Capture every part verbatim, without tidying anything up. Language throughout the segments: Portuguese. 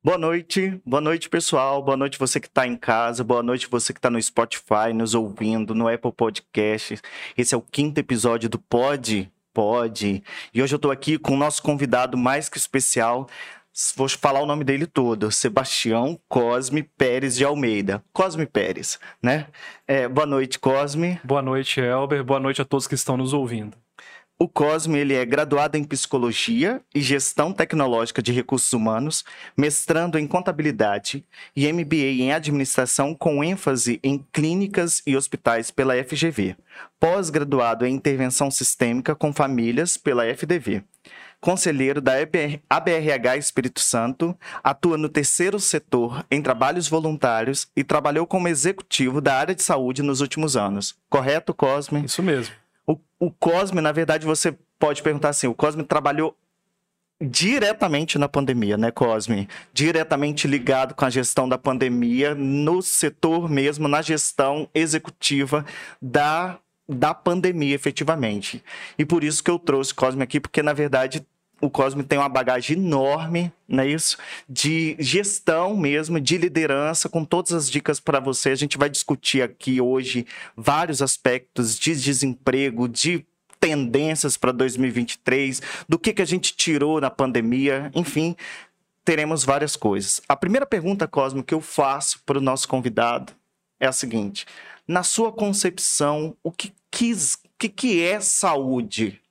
Boa noite, boa noite pessoal, boa noite você que está em casa, boa noite você que está no Spotify, nos ouvindo, no Apple Podcasts. Esse é o quinto episódio do Pode, Pode. E hoje eu estou aqui com o nosso convidado mais que especial, vou falar o nome dele todo, Sebastião Cosme Pérez de Almeida. Cosme Pérez, né? É, boa noite, Cosme. Boa noite, Elber, boa noite a todos que estão nos ouvindo. O Cosme ele é graduado em Psicologia e Gestão Tecnológica de Recursos Humanos, mestrando em Contabilidade e M B A em Administração com ênfase em Clínicas e Hospitais pela F G V. Pós-graduado em Intervenção Sistêmica com Famílias pela F D V. Conselheiro da A B R H Espírito Santo, atua no terceiro setor em trabalhos voluntários e trabalhou como executivo da área de saúde nos últimos anos. Correto, Cosme? Isso mesmo. O, o Cosme, na verdade, você pode perguntar assim, o Cosme trabalhou diretamente na pandemia, né, Cosme? Diretamente ligado com a gestão da pandemia, no setor mesmo, na gestão executiva da, da pandemia, efetivamente. E por isso que eu trouxe o Cosme aqui, porque, na verdade, o Cosme tem uma bagagem enorme, não é isso? De gestão mesmo, de liderança, com todas as dicas para você. A gente vai discutir aqui hoje vários aspectos de desemprego, de tendências para dois mil e vinte e três, do que, que a gente tirou na pandemia, enfim, teremos várias coisas. A primeira pergunta, Cosme, que eu faço para o nosso convidado é a seguinte: na sua concepção, o que, quis, o que, que é saúde?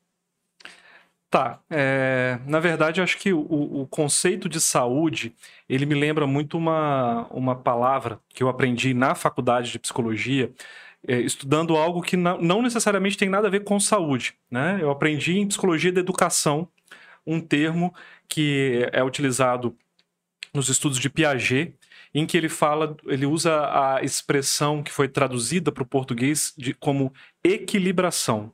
Tá, é, na verdade eu acho que o, o conceito de saúde, ele me lembra muito uma, uma palavra que eu aprendi na faculdade de psicologia, é, estudando algo que não, não necessariamente tem nada a ver com saúde, né? Eu aprendi em psicologia da educação um termo que é utilizado nos estudos de Piaget, em que ele fala, ele usa a expressão que foi traduzida para o português de, como equilibração.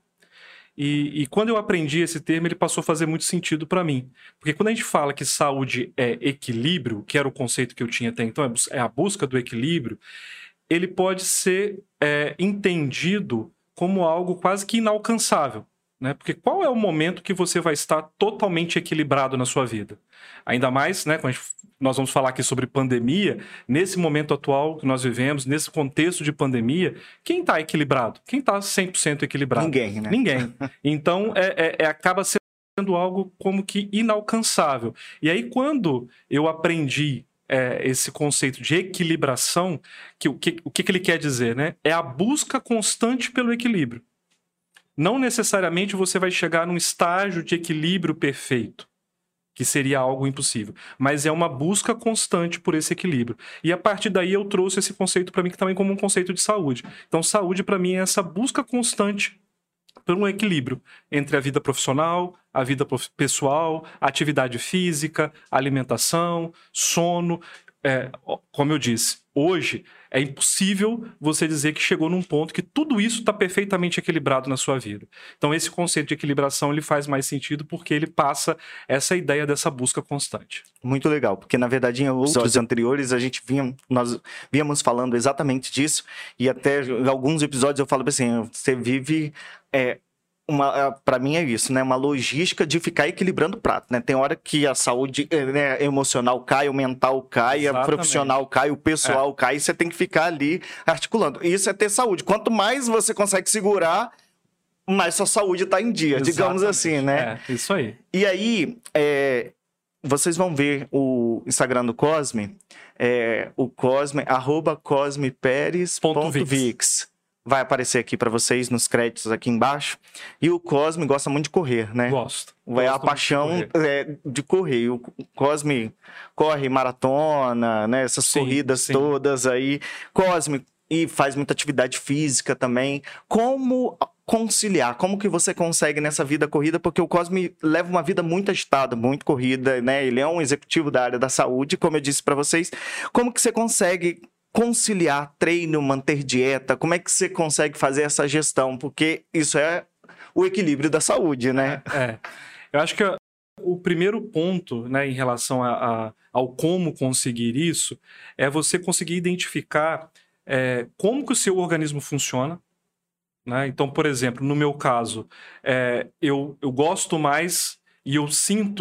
E, e quando eu aprendi esse termo, ele passou a fazer muito sentido para mim. Porque quando a gente fala que saúde é equilíbrio, que era o conceito que eu tinha até então, é a busca do equilíbrio, ele pode ser é, entendido como algo quase que inalcançável. Né? Porque qual é o momento que você vai estar totalmente equilibrado na sua vida? Ainda mais, né, quando a gente, nós vamos falar aqui sobre pandemia, nesse momento atual que nós vivemos, nesse contexto de pandemia, quem está equilibrado? Quem está cem por cento equilibrado? Ninguém, né? Ninguém. Então, é, é, é, acaba sendo algo como que inalcançável. E aí, quando eu aprendi é, esse conceito de equilibração, que, o, que, o que ele quer dizer? Né? É a busca constante pelo equilíbrio. Não necessariamente você vai chegar num estágio de equilíbrio perfeito, que seria algo impossível, mas é uma busca constante por esse equilíbrio. E a partir daí eu trouxe esse conceito para mim também como um conceito de saúde. Então, saúde para mim é essa busca constante por um equilíbrio entre a vida profissional, a vida pessoal, a atividade física, alimentação, sono. É, como eu disse, hoje é impossível você dizer que chegou num ponto que tudo isso está perfeitamente equilibrado na sua vida. Então, esse conceito de equilibração ele faz mais sentido porque ele passa essa ideia dessa busca constante. Muito legal, porque na verdade em episódios anteriores a gente vinha, nós víamos falando exatamente disso, e até em alguns episódios eu falo assim, você vive... É, para mim é isso, né? Uma logística de ficar equilibrando o prato, né? Tem hora que a saúde, né, emocional cai, o mental cai, Exatamente. A profissional cai, o pessoal é. cai, e você tem que ficar ali articulando. Isso é ter saúde. Quanto mais você consegue segurar, mais sua saúde está em dia, Exatamente. digamos assim, né? É, isso aí. E aí, é, vocês vão ver o Instagram do Cosme, é, o Cosme, arroba cosmeperes.vix. Vai aparecer aqui para vocês nos créditos aqui embaixo. E o Cosme gosta muito de correr, né? Gosto. É a Gosto paixão de correr. É, de correr. O Cosme corre maratona, né? Essas sim, corridas sim. todas aí. Cosme e faz muita atividade física também. Como conciliar? Como que você consegue nessa vida corrida? Porque o Cosme leva uma vida muito agitada, muito corrida, né? Ele é um executivo da área da saúde, como eu disse para vocês. Como que você consegue conciliar treino, manter dieta? Como é que você consegue fazer essa gestão? Porque isso é o equilíbrio da saúde, né? É, é. Eu acho que o primeiro ponto, né, em relação a, a, ao como conseguir isso, é você conseguir identificar é, como que o seu organismo funciona. Né? Então, por exemplo, no meu caso, é, eu, eu gosto mais e eu sinto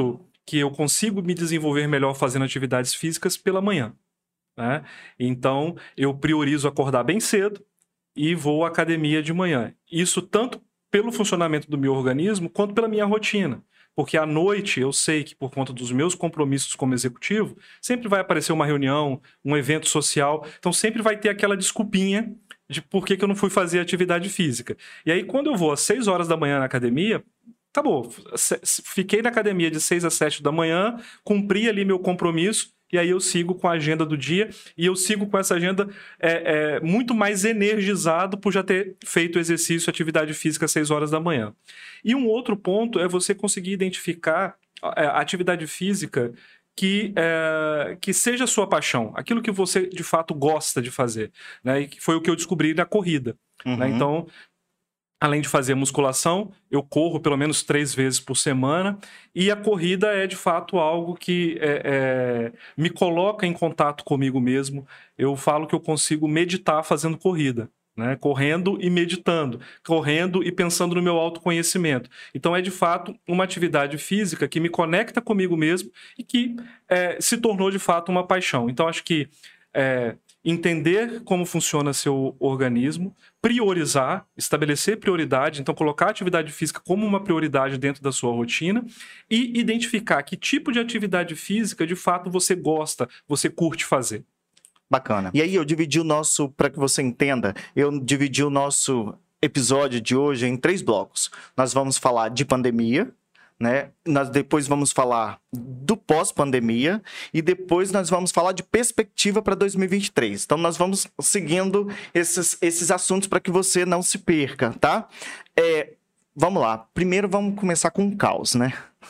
que eu consigo me desenvolver melhor fazendo atividades físicas pela manhã, né? Então, eu priorizo acordar bem cedo e vou à academia de manhã. Isso tanto pelo funcionamento do meu organismo, quanto pela minha rotina. Porque à noite eu sei que, por conta dos meus compromissos como executivo, sempre vai aparecer uma reunião, um evento social, então sempre vai ter aquela desculpinha de por que que eu não fui fazer atividade física. E aí, quando eu vou às seis horas da manhã na academia, acabou. Fiquei na academia de seis às sete da manhã, cumpri ali meu compromisso, e aí eu sigo com a agenda do dia, e eu sigo com essa agenda é, é, muito mais energizado por já ter feito exercício, atividade física às seis horas da manhã. E um outro ponto é você conseguir identificar a atividade física que, é, que seja a sua paixão, aquilo que você de fato gosta de fazer, né? E que foi o que eu descobri na corrida. Uhum. Né? Então, além de fazer musculação, eu corro pelo menos três vezes por semana, e a corrida é de fato algo que é, é, me coloca em contato comigo mesmo. Eu falo que eu consigo meditar fazendo corrida, né? Correndo e meditando, correndo e pensando no meu autoconhecimento. Então é de fato uma atividade física que me conecta comigo mesmo e que é, se tornou de fato uma paixão. Então acho que é, entender como funciona seu organismo, priorizar, estabelecer prioridade, então colocar a atividade física como uma prioridade dentro da sua rotina e identificar que tipo de atividade física de fato você gosta, você curte fazer. Bacana. E aí eu dividi o nosso, para que você entenda, eu dividi o nosso episódio de hoje em três blocos. Nós vamos falar de pandemia, né? Nós depois vamos falar do pós-pandemia e depois nós vamos falar de perspectiva para dois mil e vinte e três. Então nós vamos seguindo esses, esses assuntos para que você não se perca, tá? É, vamos lá. Primeiro vamos começar com o caos, né?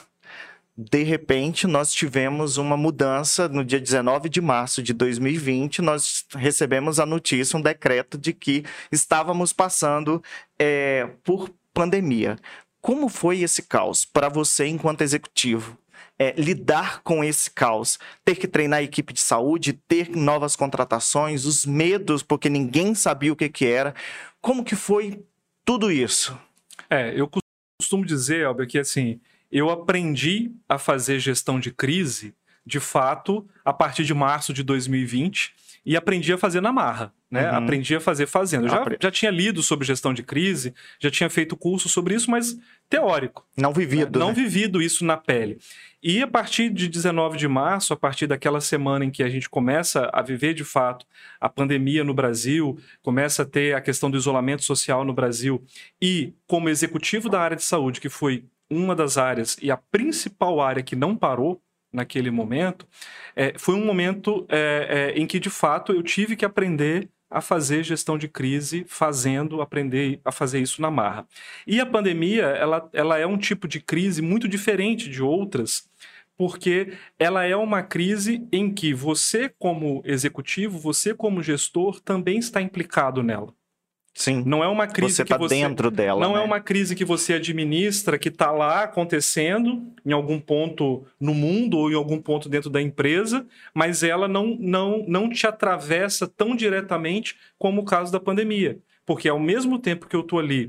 De repente, nós tivemos uma mudança no dia dezenove de março de dois mil e vinte, nós recebemos a notícia, um decreto de que estávamos passando é, por pandemia. Como foi esse caos para você enquanto executivo? É, lidar com esse caos, ter que treinar a equipe de saúde, ter novas contratações, os medos, porque ninguém sabia o que, que era. Como que foi tudo isso? É, eu costumo dizer, Elber, que assim... eu aprendi a fazer gestão de crise, de fato, a partir de março de dois mil e vinte, e aprendi a fazer na marra, né? Uhum. Aprendi a fazer fazendo. Eu já, já tinha lido sobre gestão de crise, já tinha feito curso sobre isso, mas teórico. Não vivido, né? Não né? vivido isso na pele. E a partir de dezenove de março, a partir daquela semana em que a gente começa a viver, de fato, a pandemia no Brasil, começa a ter a questão do isolamento social no Brasil, e como executivo da área de saúde, que foi uma das áreas e a principal área que não parou naquele momento, é, foi um momento é, é, em que, de fato, eu tive que aprender a fazer gestão de crise, fazendo, aprender a fazer isso na marra. E a pandemia, ela, ela é um tipo de crise muito diferente de outras, porque ela é uma crise em que você, como executivo, você, como gestor, também está implicado nela. Sim. Não é uma crise você que tá você dentro dela. Não né? é uma crise que você administra, que está lá acontecendo em algum ponto no mundo ou em algum ponto dentro da empresa, mas ela não, não, não te atravessa tão diretamente como o caso da pandemia. Porque ao mesmo tempo que eu estou ali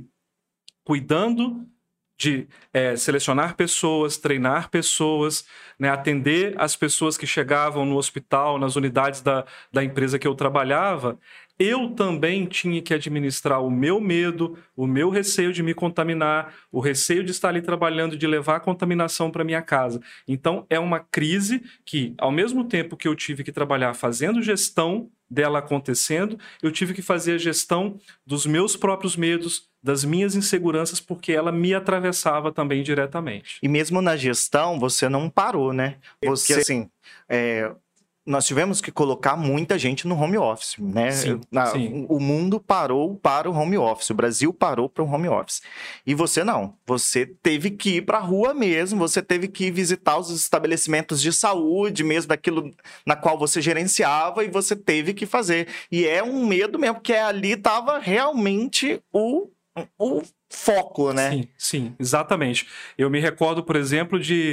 cuidando de é, selecionar pessoas, treinar pessoas, né, atender as pessoas que chegavam no hospital, nas unidades da, da empresa que eu trabalhava, eu também tinha que administrar o meu medo, o meu receio de me contaminar, o receio de estar ali trabalhando, de levar a contaminação para minha casa. Então, é uma crise que, ao mesmo tempo que eu tive que trabalhar fazendo gestão dela acontecendo, eu tive que fazer a gestão dos meus próprios medos, das minhas inseguranças, porque ela me atravessava também diretamente. E mesmo na gestão, você não parou, né? Você, porque, assim... É... nós tivemos que colocar muita gente no home office, né? Sim, Na, sim. O mundo parou para o home office, o Brasil parou para o home office. E você não, você teve que ir para a rua mesmo, você teve que visitar os estabelecimentos de saúde, mesmo daquilo na qual você gerenciava, e você teve que fazer. E é um medo mesmo, porque ali estava realmente o, o foco, né? Sim, sim, exatamente. Eu me recordo, por exemplo, de...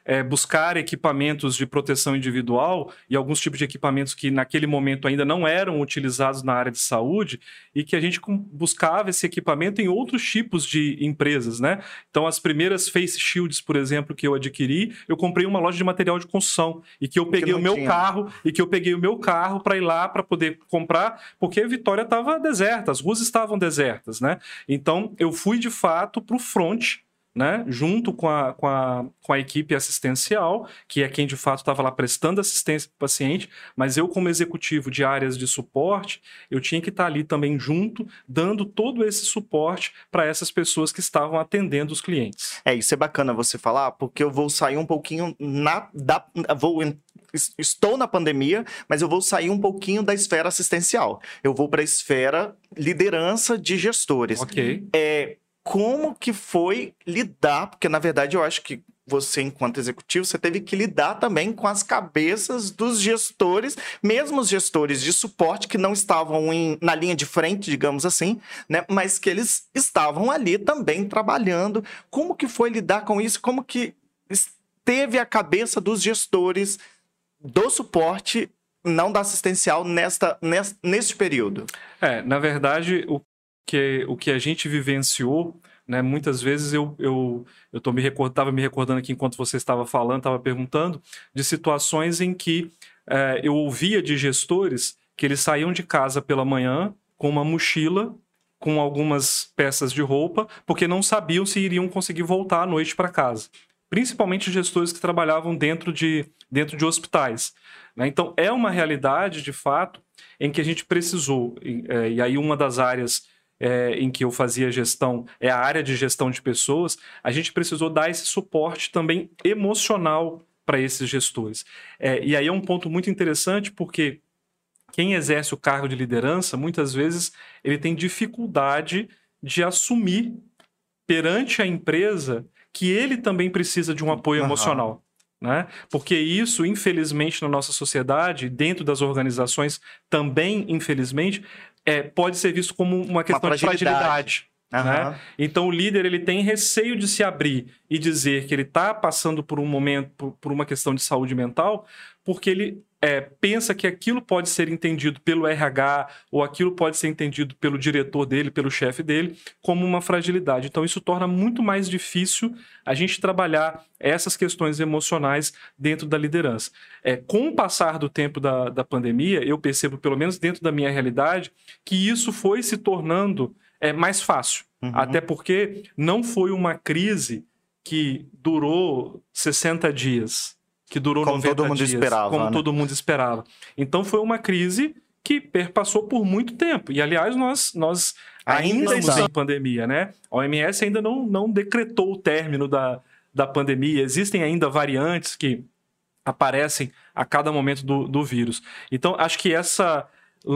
é, buscar equipamentos de proteção individual e alguns tipos de equipamentos que naquele momento ainda não eram utilizados na área de saúde e que a gente buscava esse equipamento em outros tipos de empresas, né? Então, as primeiras face shields, por exemplo, que eu adquiri, eu comprei uma loja de material de construção e que eu peguei o meu tinha. carro e que eu peguei o meu carro para ir lá para poder comprar, porque a Vitória estava deserta, as ruas estavam desertas, né? Então, eu fui de fato para o front, né, junto com a, com, a, com a equipe assistencial, que é quem de fato estava lá prestando assistência para o paciente, mas eu, como executivo de áreas de suporte, eu tinha que estar ali também junto, dando todo esse suporte para essas pessoas que estavam atendendo os clientes. É, isso é bacana você falar, porque eu vou sair um pouquinho na... Da, vou, estou na pandemia, mas eu vou sair um pouquinho da esfera assistencial. Eu vou para a esfera liderança de gestores. Ok. É... Como que foi lidar, porque na verdade eu acho que você, enquanto executivo, você teve que lidar também com as cabeças dos gestores, mesmo os gestores de suporte que não estavam em, na linha de frente, digamos assim, né? Mas que eles estavam ali também trabalhando. Como que foi lidar com isso? Como que esteve a cabeça dos gestores do suporte, não da assistencial, nesta, nesta, neste período? É, na verdade, o que, o que a gente vivenciou, né, muitas vezes eu eu eu tô me recordava me recordando aqui enquanto você estava falando, estava perguntando de situações em que é, eu ouvia de gestores que eles saíam de casa pela manhã com uma mochila com algumas peças de roupa porque não sabiam se iriam conseguir voltar à noite para casa, principalmente gestores que trabalhavam dentro de dentro de hospitais, né? Então é uma realidade de fato em que a gente precisou é, e aí uma das áreas É, em que eu fazia gestão, é a área de gestão de pessoas, a gente precisou dar esse suporte também emocional para esses gestores. É, e aí é um ponto muito interessante, porque quem exerce o cargo de liderança, muitas vezes, ele tem dificuldade de assumir perante a empresa que ele também precisa de um apoio Uhum. emocional. Né? Porque isso, infelizmente, na nossa sociedade, dentro das organizações também, infelizmente, é, pode ser visto como uma questão uma de fragilidade. Uhum. Né? Então, o líder ele tem receio de se abrir e dizer que ele está passando por um momento, por, por uma questão de saúde mental, porque ele é, pensa que aquilo pode ser entendido pelo R H ou aquilo pode ser entendido pelo diretor dele, pelo chefe dele, como uma fragilidade. Então, isso torna muito mais difícil a gente trabalhar essas questões emocionais dentro da liderança. É, com o passar do tempo da, da pandemia, eu percebo, pelo menos dentro da minha realidade, que isso foi se tornando é, mais fácil. Uhum. Até porque não foi uma crise que durou sessenta dias. Que durou como noventa todo mundo dias, esperava, como né? todo mundo esperava. Então foi uma crise que perpassou por muito tempo. E, aliás, nós, nós ainda, ainda estamos em pandemia, né? A O M S ainda não, não decretou o término da, da pandemia. Existem ainda variantes que aparecem a cada momento do, do vírus. Então, acho que essa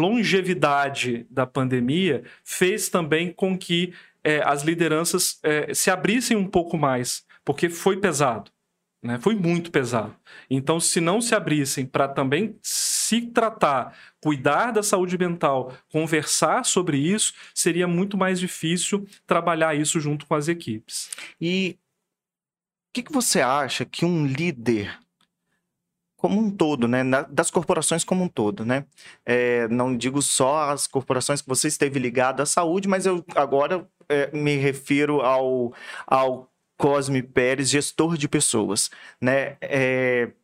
longevidade da pandemia fez também com que é, as lideranças é, se abrissem um pouco mais, porque foi pesado. Né? Foi muito pesado. Então, se não se abrissem para também se tratar, cuidar da saúde mental, conversar sobre isso, seria muito mais difícil trabalhar isso junto com as equipes. E o que, que você acha que um líder, como um todo, né, das corporações como um todo, né, é, não digo só as corporações que você esteve ligado à saúde, mas eu agora é, me refiro ao, ao Cosme Pérez, gestor de pessoas, né? É...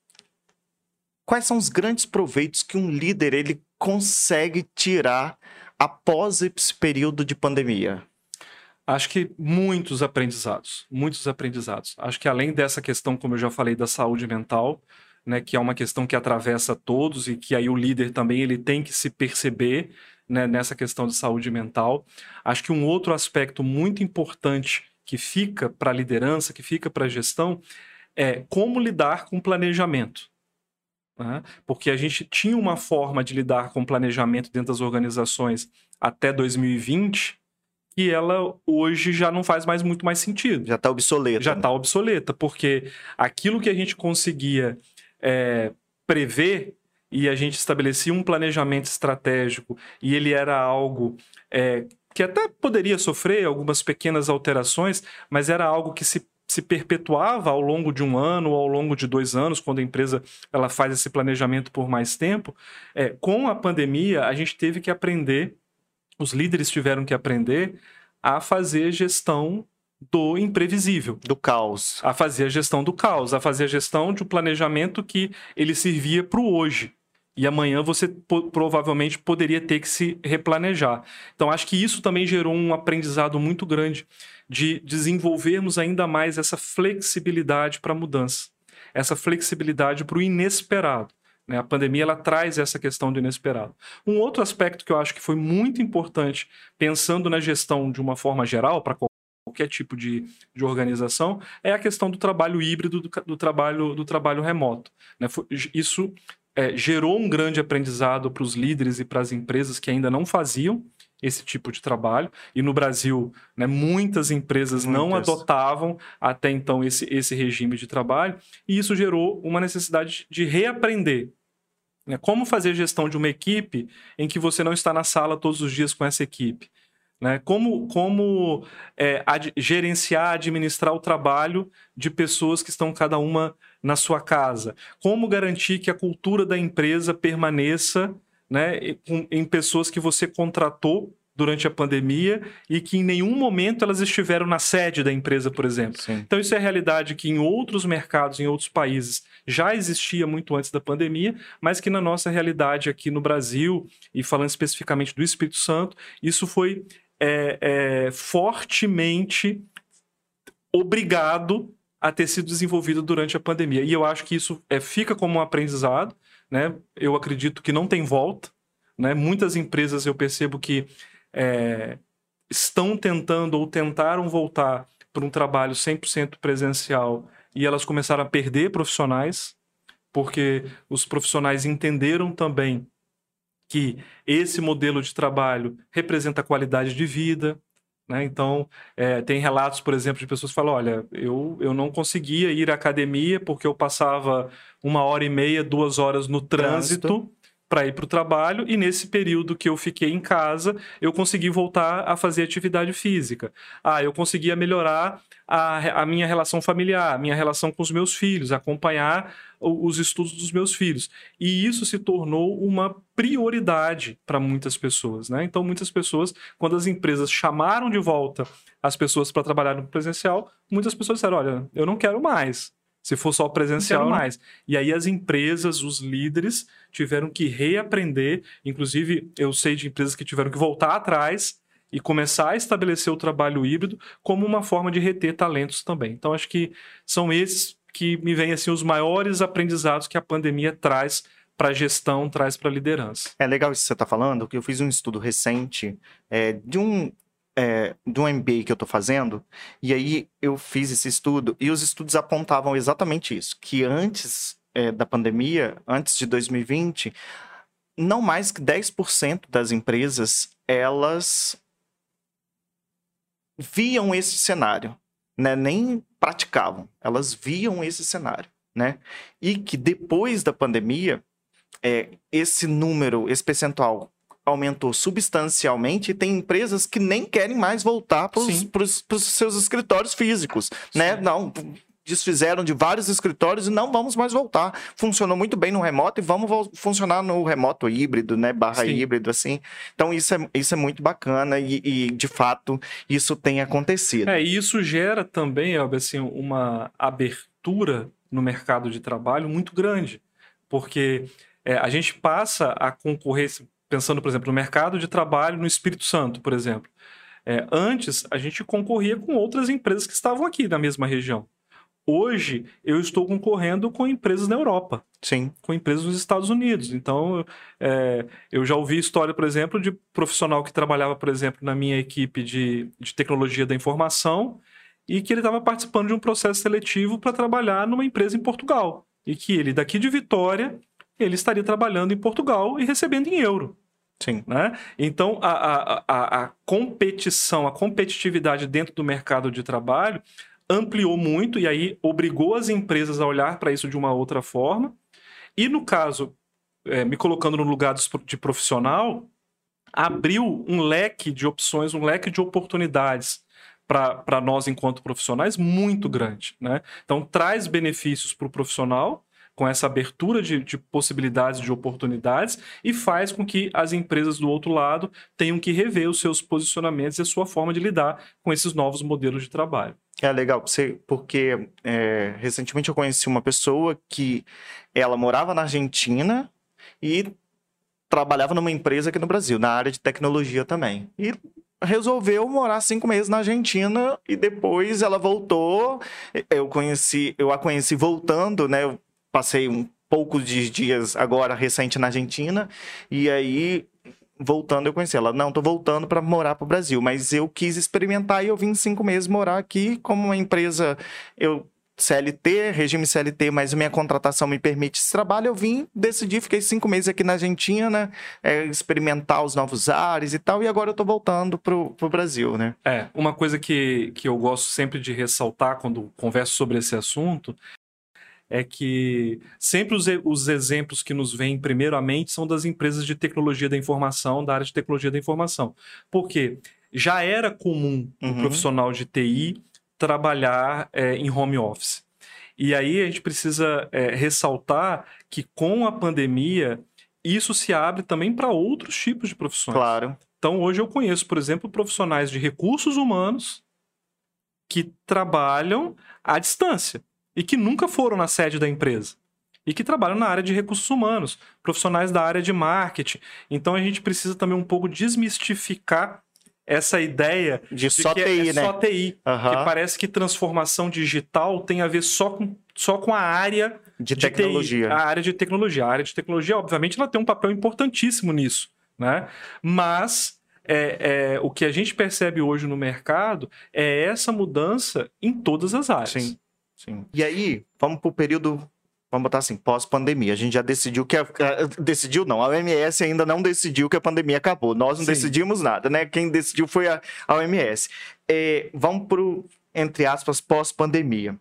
Quais são os grandes proveitos que um líder ele consegue tirar após esse período de pandemia? Acho que muitos aprendizados, muitos aprendizados. Acho que além dessa questão, como eu já falei, da saúde mental, né, que é uma questão que atravessa todos e que aí o líder também ele tem que se perceber, né, nessa questão de saúde mental. Acho que um outro aspecto muito importante que fica para a liderança, que fica para a gestão, é como lidar com planejamento. Né? Porque a gente tinha uma forma de lidar com planejamento dentro das organizações até dois mil e vinte e ela hoje já não faz mais muito mais sentido. Já está obsoleta. Já está né? obsoleta, porque aquilo que a gente conseguia é, prever e a gente estabelecia um planejamento estratégico e ele era algo... É, que até poderia sofrer algumas pequenas alterações, mas era algo que se, se perpetuava ao longo de um ano ou ao longo de dois anos, quando a empresa ela faz esse planejamento por mais tempo, é, com a pandemia a gente teve que aprender, os líderes tiveram que aprender a fazer gestão do imprevisível. Do caos. A fazer a gestão do caos, a fazer a gestão de um planejamento que ele servia para o hoje. E amanhã você po- provavelmente poderia ter que se replanejar. Então, acho que isso também gerou um aprendizado muito grande de desenvolvermos ainda mais essa flexibilidade para a mudança, essa flexibilidade para o inesperado. Né? A pandemia ela traz essa questão do inesperado. Um outro aspecto que eu acho que foi muito importante, pensando na gestão de uma forma geral, para qualquer tipo de, de organização, é a questão do trabalho híbrido, do, do, trabalho, do trabalho remoto. Né? Foi, isso é, gerou um grande aprendizado para os líderes e para as empresas que ainda não faziam esse tipo de trabalho. E no Brasil, né, muitas empresas muitas. não adotavam até então esse, esse regime de trabalho, e isso gerou uma necessidade de reaprender. Né? Como fazer gestão de uma equipe em que você não está na sala todos os dias com essa equipe? Né? Como, como é, ad, gerenciar, administrar o trabalho de pessoas que estão cada uma na sua casa? Como garantir que a cultura da empresa permaneça, né, em, em pessoas que você contratou durante a pandemia e que em nenhum momento elas estiveram na sede da empresa, por exemplo. Sim. Então isso é realidade que em outros mercados, em outros países, já existia muito antes da pandemia, mas que na nossa realidade aqui no Brasil, e falando especificamente do Espírito Santo, isso foi é, é, fortemente obrigado a ter sido desenvolvido durante a pandemia. E eu acho que isso é, fica como um aprendizado, né? Eu acredito que não tem volta, né? Muitas empresas eu percebo que É, estão tentando ou tentaram voltar para um trabalho cem por cento presencial e elas começaram a perder profissionais, porque os profissionais entenderam também que esse modelo de trabalho representa qualidade de vida. Né? Então, é, tem relatos, por exemplo, de pessoas que falam, olha, eu, eu não conseguia ir à academia porque eu passava uma hora e meia, duas horas no trânsito, trânsito. para ir para o trabalho, e nesse período que eu fiquei em casa, eu consegui voltar a fazer atividade física. Ah, eu conseguia melhorar a, a minha relação familiar, a minha relação com os meus filhos, acompanhar os estudos dos meus filhos. E isso se tornou uma prioridade para muitas pessoas. Né? Então, muitas pessoas, quando as empresas chamaram de volta as pessoas para trabalhar no presencial, muitas pessoas disseram, olha, eu não quero mais. Se for só presencial, mais. E aí as empresas, os líderes, tiveram que reaprender. Inclusive, eu sei de empresas que tiveram que voltar atrás e começar a estabelecer o trabalho híbrido como uma forma de reter talentos também. Então, acho que são esses que me vêm assim, os maiores aprendizados que a pandemia traz para a gestão, traz para a liderança. É legal isso que você está falando, que eu fiz um estudo recente é, de um... É, do M B A que eu tô fazendo, e aí eu fiz esse estudo, e os estudos apontavam exatamente isso, que antes é, da pandemia, antes de dois mil e vinte, não mais que dez por cento das empresas, elas viam esse cenário, né? Nem praticavam, elas viam esse cenário, né? E que depois da pandemia, é, esse número, esse percentual aumentou substancialmente, e tem empresas que nem querem mais voltar para os seus escritórios físicos, né? Não, desfizeram de vários escritórios e não vamos mais voltar. Funcionou muito bem no remoto e vamos funcionar no remoto híbrido, né? Barra Sim. híbrido, assim. Então, isso é, isso é muito bacana e, e, de fato, isso tem acontecido. É, e isso gera também, Elber, assim, uma abertura no mercado de trabalho muito grande, porque é, a gente passa a concorrer... Pensando, por exemplo, no mercado de trabalho no Espírito Santo, por exemplo. É, antes, a gente concorria com outras empresas que estavam aqui na mesma região. Hoje, eu estou concorrendo com empresas na Europa. Sim. Com empresas nos Estados Unidos. Então, é, eu já ouvi história, por exemplo, de profissional que trabalhava, por exemplo, na minha equipe de, de tecnologia da informação e que ele estava participando de um processo seletivo para trabalhar numa empresa em Portugal. E que ele, daqui de Vitória, ele estaria trabalhando em Portugal e recebendo em euro. Sim. Né? Então, a, a, a, a competição, a competitividade dentro do mercado de trabalho ampliou muito e aí obrigou as empresas a olhar para isso de uma outra forma. E, no caso, é, me colocando no lugar de profissional, abriu um leque de opções, um leque de oportunidades para nós enquanto profissionais muito grande, né? Então traz benefícios para o profissional, com essa abertura de, de possibilidades, de oportunidades, e faz com que as empresas do outro lado tenham que rever os seus posicionamentos e a sua forma de lidar com esses novos modelos de trabalho. É legal, porque é, recentemente eu conheci uma pessoa que ela morava na Argentina e trabalhava numa empresa aqui no Brasil, na área de tecnologia também. E resolveu morar cinco meses na Argentina e depois ela voltou. Eu conheci, eu a conheci voltando, né? Eu passei um pouco de dias agora recente na Argentina e aí voltando eu conheci ela. Não, tô voltando para morar para o Brasil, mas eu quis experimentar e eu vim cinco meses morar aqui como uma empresa, eu C L T, regime C L T, mas minha contratação me permite esse trabalho, eu vim, decidi, fiquei cinco meses aqui na Argentina, é, experimentar os novos ares e tal, e agora eu tô voltando pro, pro Brasil, né? É, uma coisa que, que eu gosto sempre de ressaltar quando converso sobre esse assunto é que sempre os, os exemplos que nos vêm primeiramente são das empresas de tecnologia da informação, da área de tecnologia da informação. Porque já era comum o Uhum. profissional de T I trabalhar é, em home office. E aí a gente precisa é, ressaltar que com a pandemia isso se abre também para outros tipos de profissões. Claro. Então hoje eu conheço, por exemplo, profissionais de recursos humanos que trabalham à distância e que nunca foram na sede da empresa e que trabalham na área de recursos humanos, profissionais da área de marketing. Então a gente precisa também um pouco desmistificar essa ideia de, de só que T I, é né? só T I, uhum. que parece que transformação digital tem a ver só com, só com a área de, de tecnologia. T I, a área de tecnologia. A área de tecnologia, obviamente, ela tem um papel importantíssimo nisso, né? Mas é, é, o que a gente percebe hoje no mercado é essa mudança em todas as áreas. Sim, sim. E aí, vamos para o período... Vamos botar assim, pós-pandemia. A gente já decidiu que... A, a, decidiu não, a O M S ainda não decidiu que a pandemia acabou. Nós não Sim. decidimos nada, né? Quem decidiu foi a, a O M S. É, vamos para o, entre aspas, pós-pandemia.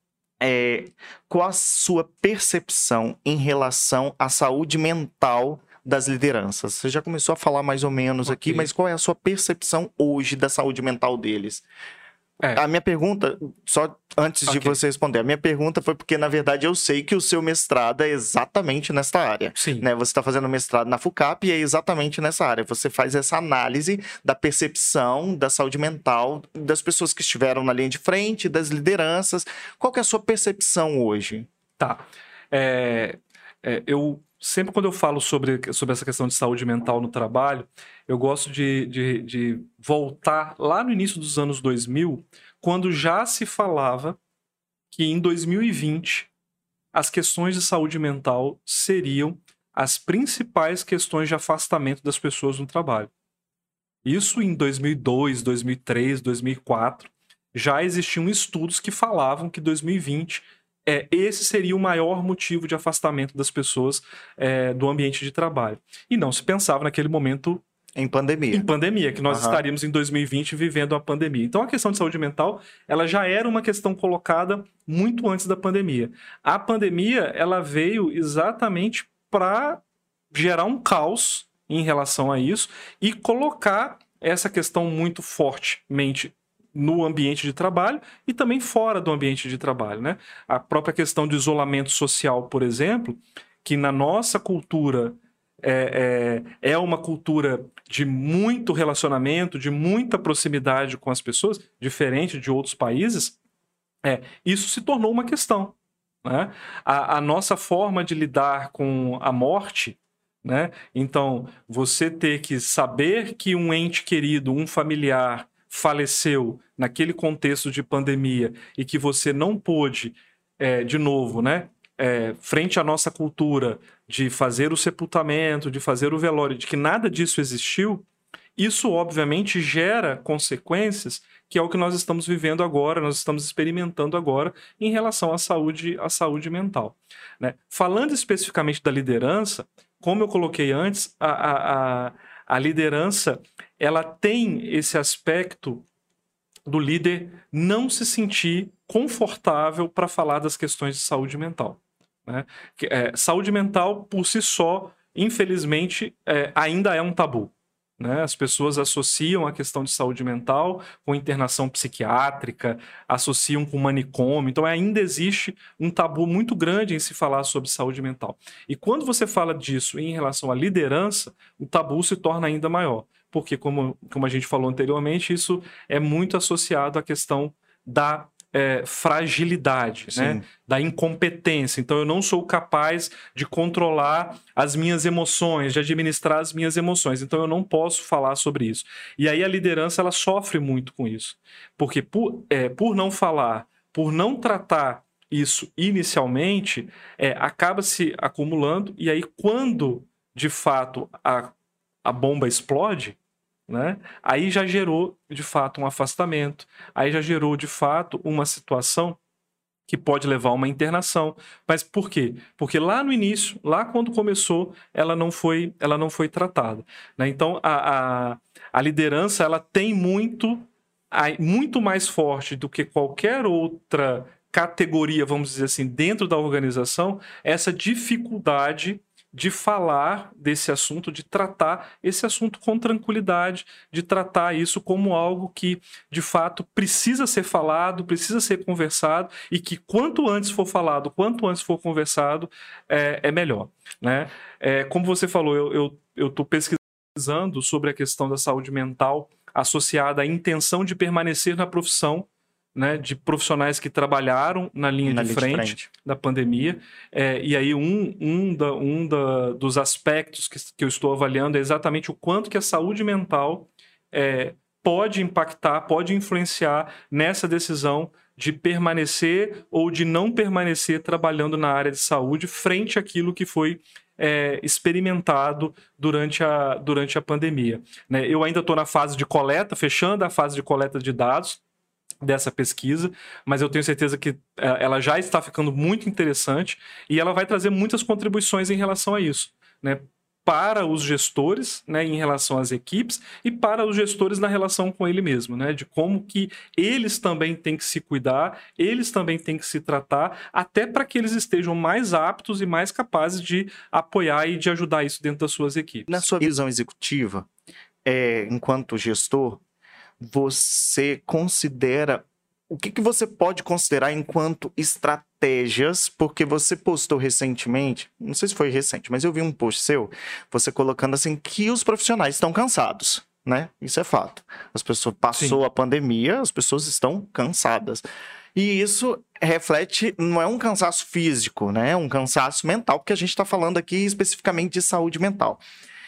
É, qual a sua percepção em relação à saúde mental das lideranças? Você já começou a falar mais ou menos okay. aqui, mas qual é a sua percepção hoje da saúde mental deles? É. A minha pergunta, só antes okay. de você responder, a minha pergunta foi porque, na verdade, eu sei que o seu mestrado é exatamente nessa área. Sim. Né? Você está fazendo mestrado na FUCAP e é exatamente nessa área. Você faz essa análise da percepção da saúde mental das pessoas que estiveram na linha de frente, das lideranças. Qual que é a sua percepção hoje? Tá. É, é, eu... Sempre quando eu falo sobre, sobre essa questão de saúde mental no trabalho, eu gosto de, de, de voltar lá no início dos anos dois mil, quando já se falava que em dois mil e vinte as questões de saúde mental seriam as principais questões de afastamento das pessoas no trabalho. Isso em dois mil e dois, dois mil e três, dois mil e quatro, já existiam estudos que falavam que dois mil e vinte... É, esse seria o maior motivo de afastamento das pessoas é, do ambiente de trabalho. E não se pensava naquele momento... Em pandemia. Em pandemia, que nós uhum. estaríamos em dois mil e vinte vivendo a pandemia. Então, a questão de saúde mental, ela já era uma questão colocada muito antes da pandemia. A pandemia, ela veio exatamente para gerar um caos em relação a isso e colocar essa questão muito fortemente no ambiente de trabalho e também fora do ambiente de trabalho, né? A própria questão do isolamento social, por exemplo, que na nossa cultura é, é, é uma cultura de muito relacionamento, de muita proximidade com as pessoas, diferente de outros países, é, isso se tornou uma questão, né? A, a nossa forma de lidar com a morte, né? Então, você ter que saber que um ente querido, um familiar, faleceu naquele contexto de pandemia e que você não pôde, é, de novo, né, é, frente à nossa cultura de fazer o sepultamento, de fazer o velório, de que nada disso existiu, isso obviamente gera consequências que é o que nós estamos vivendo agora, nós estamos experimentando agora em relação à saúde, à saúde mental, né? Falando especificamente da liderança, como eu coloquei antes, a, a, a, a liderança ela tem esse aspecto do líder não se sentir confortável para falar das questões de saúde mental, né? É, saúde mental, por si só, infelizmente, é, ainda é um tabu, né? As pessoas associam a questão de saúde mental com internação psiquiátrica, associam com manicômio. Então, ainda existe um tabu muito grande em se falar sobre saúde mental. E quando você fala disso em relação à liderança, o tabu se torna ainda maior. Porque, como, como a gente falou anteriormente, isso é muito associado à questão da É, fragilidade, né? Da incompetência. Então, eu não sou capaz de controlar as minhas emoções, de administrar as minhas emoções. Então, eu não posso falar sobre isso. E aí a liderança ela sofre muito com isso. Porque por, é, por não falar, por não tratar isso inicialmente, é, acaba se acumulando. E aí, quando de fato a, a bomba explode, né? Aí já gerou, de fato, um afastamento, aí já gerou, de fato, uma situação que pode levar a uma internação. Mas por quê? Porque lá no início, lá quando começou, ela não foi, ela não foi tratada, né? Então, a, a, a liderança ela tem muito, muito mais forte do que qualquer outra categoria, vamos dizer assim, dentro da organização, essa dificuldade de falar desse assunto, de tratar esse assunto com tranquilidade, de tratar isso como algo que, de fato, precisa ser falado, precisa ser conversado e que quanto antes for falado, quanto antes for conversado, é, é melhor, né? É, como você falou, eu estou pesquisando sobre a questão da saúde mental associada à intenção de permanecer na profissão, né, de profissionais que trabalharam na linha, na de, linha frente de frente da pandemia. É, e aí um, um, da, um da, dos aspectos que, que eu estou avaliando é exatamente o quanto que a saúde mental é, pode impactar, pode influenciar nessa decisão de permanecer ou de não permanecer trabalhando na área de saúde frente àquilo que foi é, experimentado durante a, durante a pandemia, né? Eu ainda estou na fase de coleta, fechando a fase de coleta de dados dessa pesquisa, mas eu tenho certeza que ela já está ficando muito interessante e ela vai trazer muitas contribuições em relação a isso, né? Para os gestores, né, em relação às equipes e para os gestores na relação com ele mesmo, né? De como que eles também têm que se cuidar, eles também têm que se tratar, até para que eles estejam mais aptos e mais capazes de apoiar e de ajudar isso dentro das suas equipes. Na sua visão executiva, é, enquanto gestor, você considera... O que, que você pode considerar enquanto estratégias? Porque você postou recentemente, não sei se foi recente, mas eu vi um post seu, você colocando assim que os profissionais estão cansados, né? Isso é fato. As pessoas passou Sim. a pandemia, as pessoas estão cansadas. E isso reflete, não é um cansaço físico, né? É um cansaço mental, porque a gente está falando aqui especificamente de saúde mental.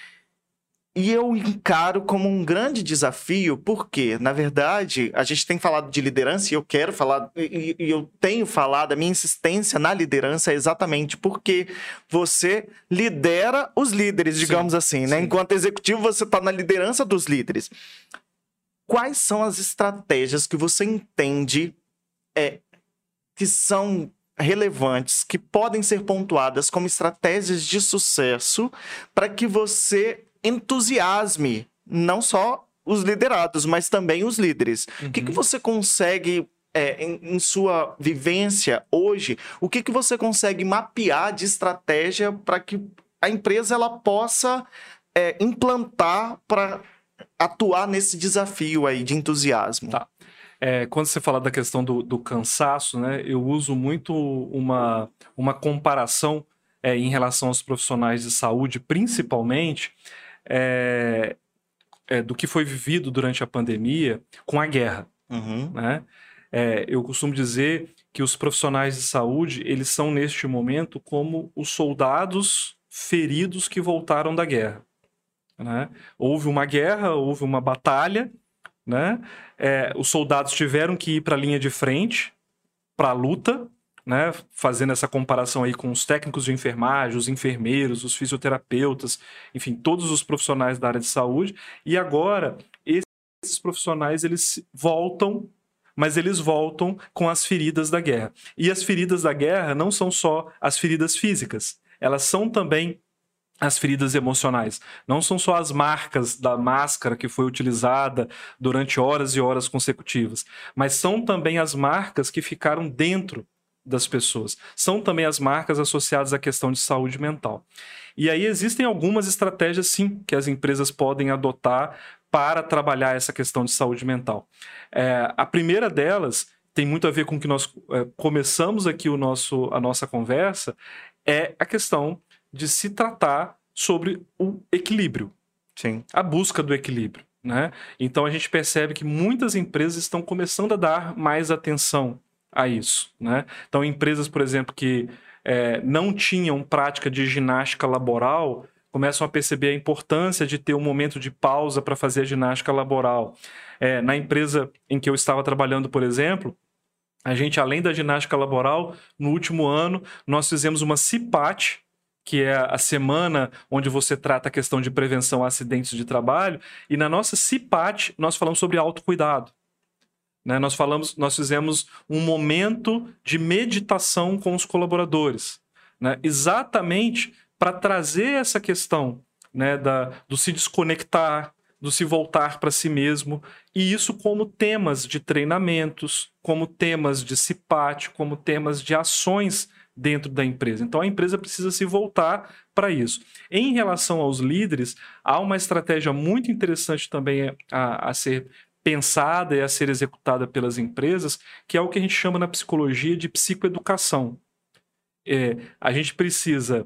E eu encaro como um grande desafio, porque, na verdade, a gente tem falado de liderança e eu quero falar, e, e eu tenho falado, a minha insistência na liderança é exatamente porque você lidera os líderes, digamos sim, assim, né? Sim. Enquanto executivo, você está na liderança dos líderes. Quais são as estratégias que você entende é, que são relevantes, que podem ser pontuadas como estratégias de sucesso para que você entusiasme não só os liderados, mas também os líderes? Uhum. O que, que você consegue, é, em, em sua vivência hoje, o que, que você consegue mapear de estratégia para que a empresa ela possa é, implantar para atuar nesse desafio aí de entusiasmo? Tá. É, quando você fala da questão do, do cansaço, né, eu uso muito uma, uma comparação é, em relação aos profissionais de saúde, principalmente, É, é, do que foi vivido durante a pandemia com a guerra. Uhum. Né? É, eu costumo dizer que os profissionais de saúde, eles são neste momento como os soldados feridos que voltaram da guerra. Né? Houve uma guerra, houve uma batalha, né? É, os soldados tiveram que ir para a linha de frente, para a luta, né, fazendo essa comparação aí com os técnicos de enfermagem, os enfermeiros, os fisioterapeutas, enfim, todos os profissionais da área de saúde. E agora, esses profissionais, eles voltam, mas eles voltam com as feridas da guerra. E as feridas da guerra não são só as feridas físicas, elas são também as feridas emocionais. Não são só as marcas da máscara que foi utilizada durante horas e horas consecutivas, mas são também as marcas que ficaram dentro das pessoas. São também as marcas associadas à questão de saúde mental. E aí existem algumas estratégias, sim, que as empresas podem adotar para trabalhar essa questão de saúde mental. É, a primeira delas tem muito a ver com o que nós é, começamos aqui o nosso, a nossa conversa, é a questão de se tratar sobre o equilíbrio. Sim. A busca do equilíbrio, né? Então a gente percebe que muitas empresas estão começando a dar mais atenção a isso, né? Então empresas, por exemplo, que é, não tinham prática de ginástica laboral começam a perceber a importância de ter um momento de pausa para fazer a ginástica laboral. É, na empresa em que eu estava trabalhando, por exemplo, a gente, além da ginástica laboral, no último ano nós fizemos uma C I P A T, que é a semana onde você trata a questão de prevenção a acidentes de trabalho, e na nossa C I P A T nós falamos sobre autocuidado. Né? Nós, falamos, nós fizemos um momento de meditação com os colaboradores, né? Exatamente para trazer essa questão, né, da, do se desconectar, do se voltar para si mesmo, e isso como temas de treinamentos, como temas de C I P A T, como temas de ações dentro da empresa. Então a empresa precisa se voltar para isso. Em relação aos líderes, há uma estratégia muito interessante também a, a ser pensada e a ser executada pelas empresas, que é o que a gente chama na psicologia de psicoeducação. É, a gente precisa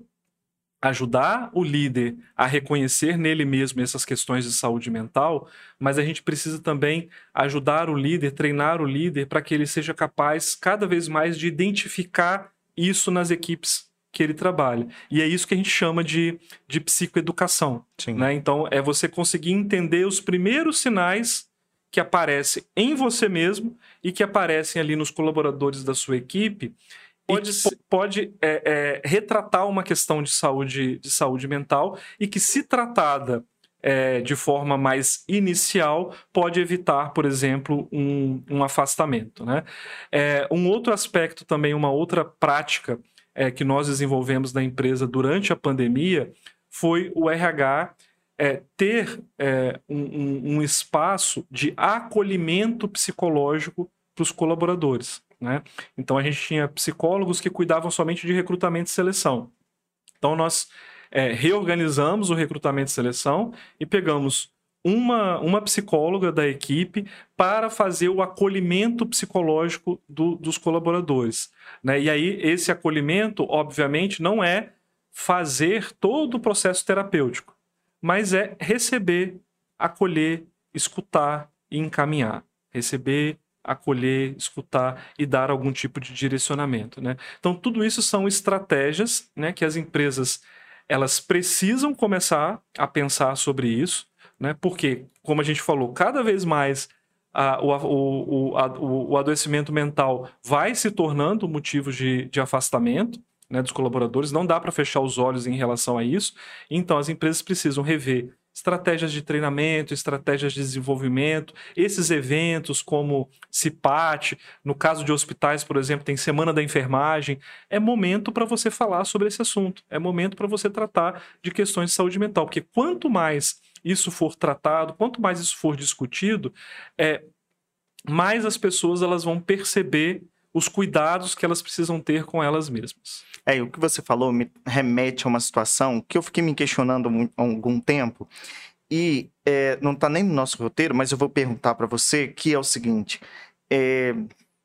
ajudar o líder a reconhecer nele mesmo essas questões de saúde mental, mas a gente precisa também ajudar o líder, treinar o líder para que ele seja capaz cada vez mais de identificar isso nas equipes que ele trabalha. E é isso que a gente chama de, de psicoeducação. Né? Então, é você conseguir entender os primeiros sinais que aparecem em você mesmo e que aparecem ali nos colaboradores da sua equipe, pode, pode é, é, retratar uma questão de saúde, de saúde mental e que, se tratada é, de forma mais inicial, pode evitar, por exemplo, um, um afastamento. Né? É, um outro aspecto também, uma outra prática é, que nós desenvolvemos na empresa durante a pandemia foi o R H é, ter é, um, um, um espaço de acolhimento psicológico para os colaboradores. Né? Então a gente tinha psicólogos que cuidavam somente de recrutamento e seleção. Então nós é, reorganizamos o recrutamento e seleção e pegamos uma, uma psicóloga da equipe para fazer o acolhimento psicológico do, dos colaboradores. Né? E aí esse acolhimento, obviamente, não é fazer todo o processo terapêutico, mas é receber, acolher, escutar e encaminhar. Receber, acolher, escutar e dar algum tipo de direcionamento. Né? Então, tudo isso são estratégias, né, que as empresas elas precisam começar a pensar sobre isso, né? Porque, como a gente falou, cada vez mais a, o, o, o, a, o adoecimento mental vai se tornando motivo de, de afastamento, né, dos colaboradores. Não dá para fechar os olhos em relação a isso. Então, as empresas precisam rever estratégias de treinamento, estratégias de desenvolvimento, esses eventos como C I P A T, no caso de hospitais, por exemplo, tem Semana da Enfermagem, é momento para você falar sobre esse assunto, é momento para você tratar de questões de saúde mental, porque quanto mais isso for tratado, quanto mais isso for discutido, é, mais as pessoas elas vão perceber os cuidados que elas precisam ter com elas mesmas. É, o que você falou me remete a uma situação que eu fiquei me questionando há algum tempo e é, não está nem no nosso roteiro, mas eu vou perguntar para você, que é o seguinte, é...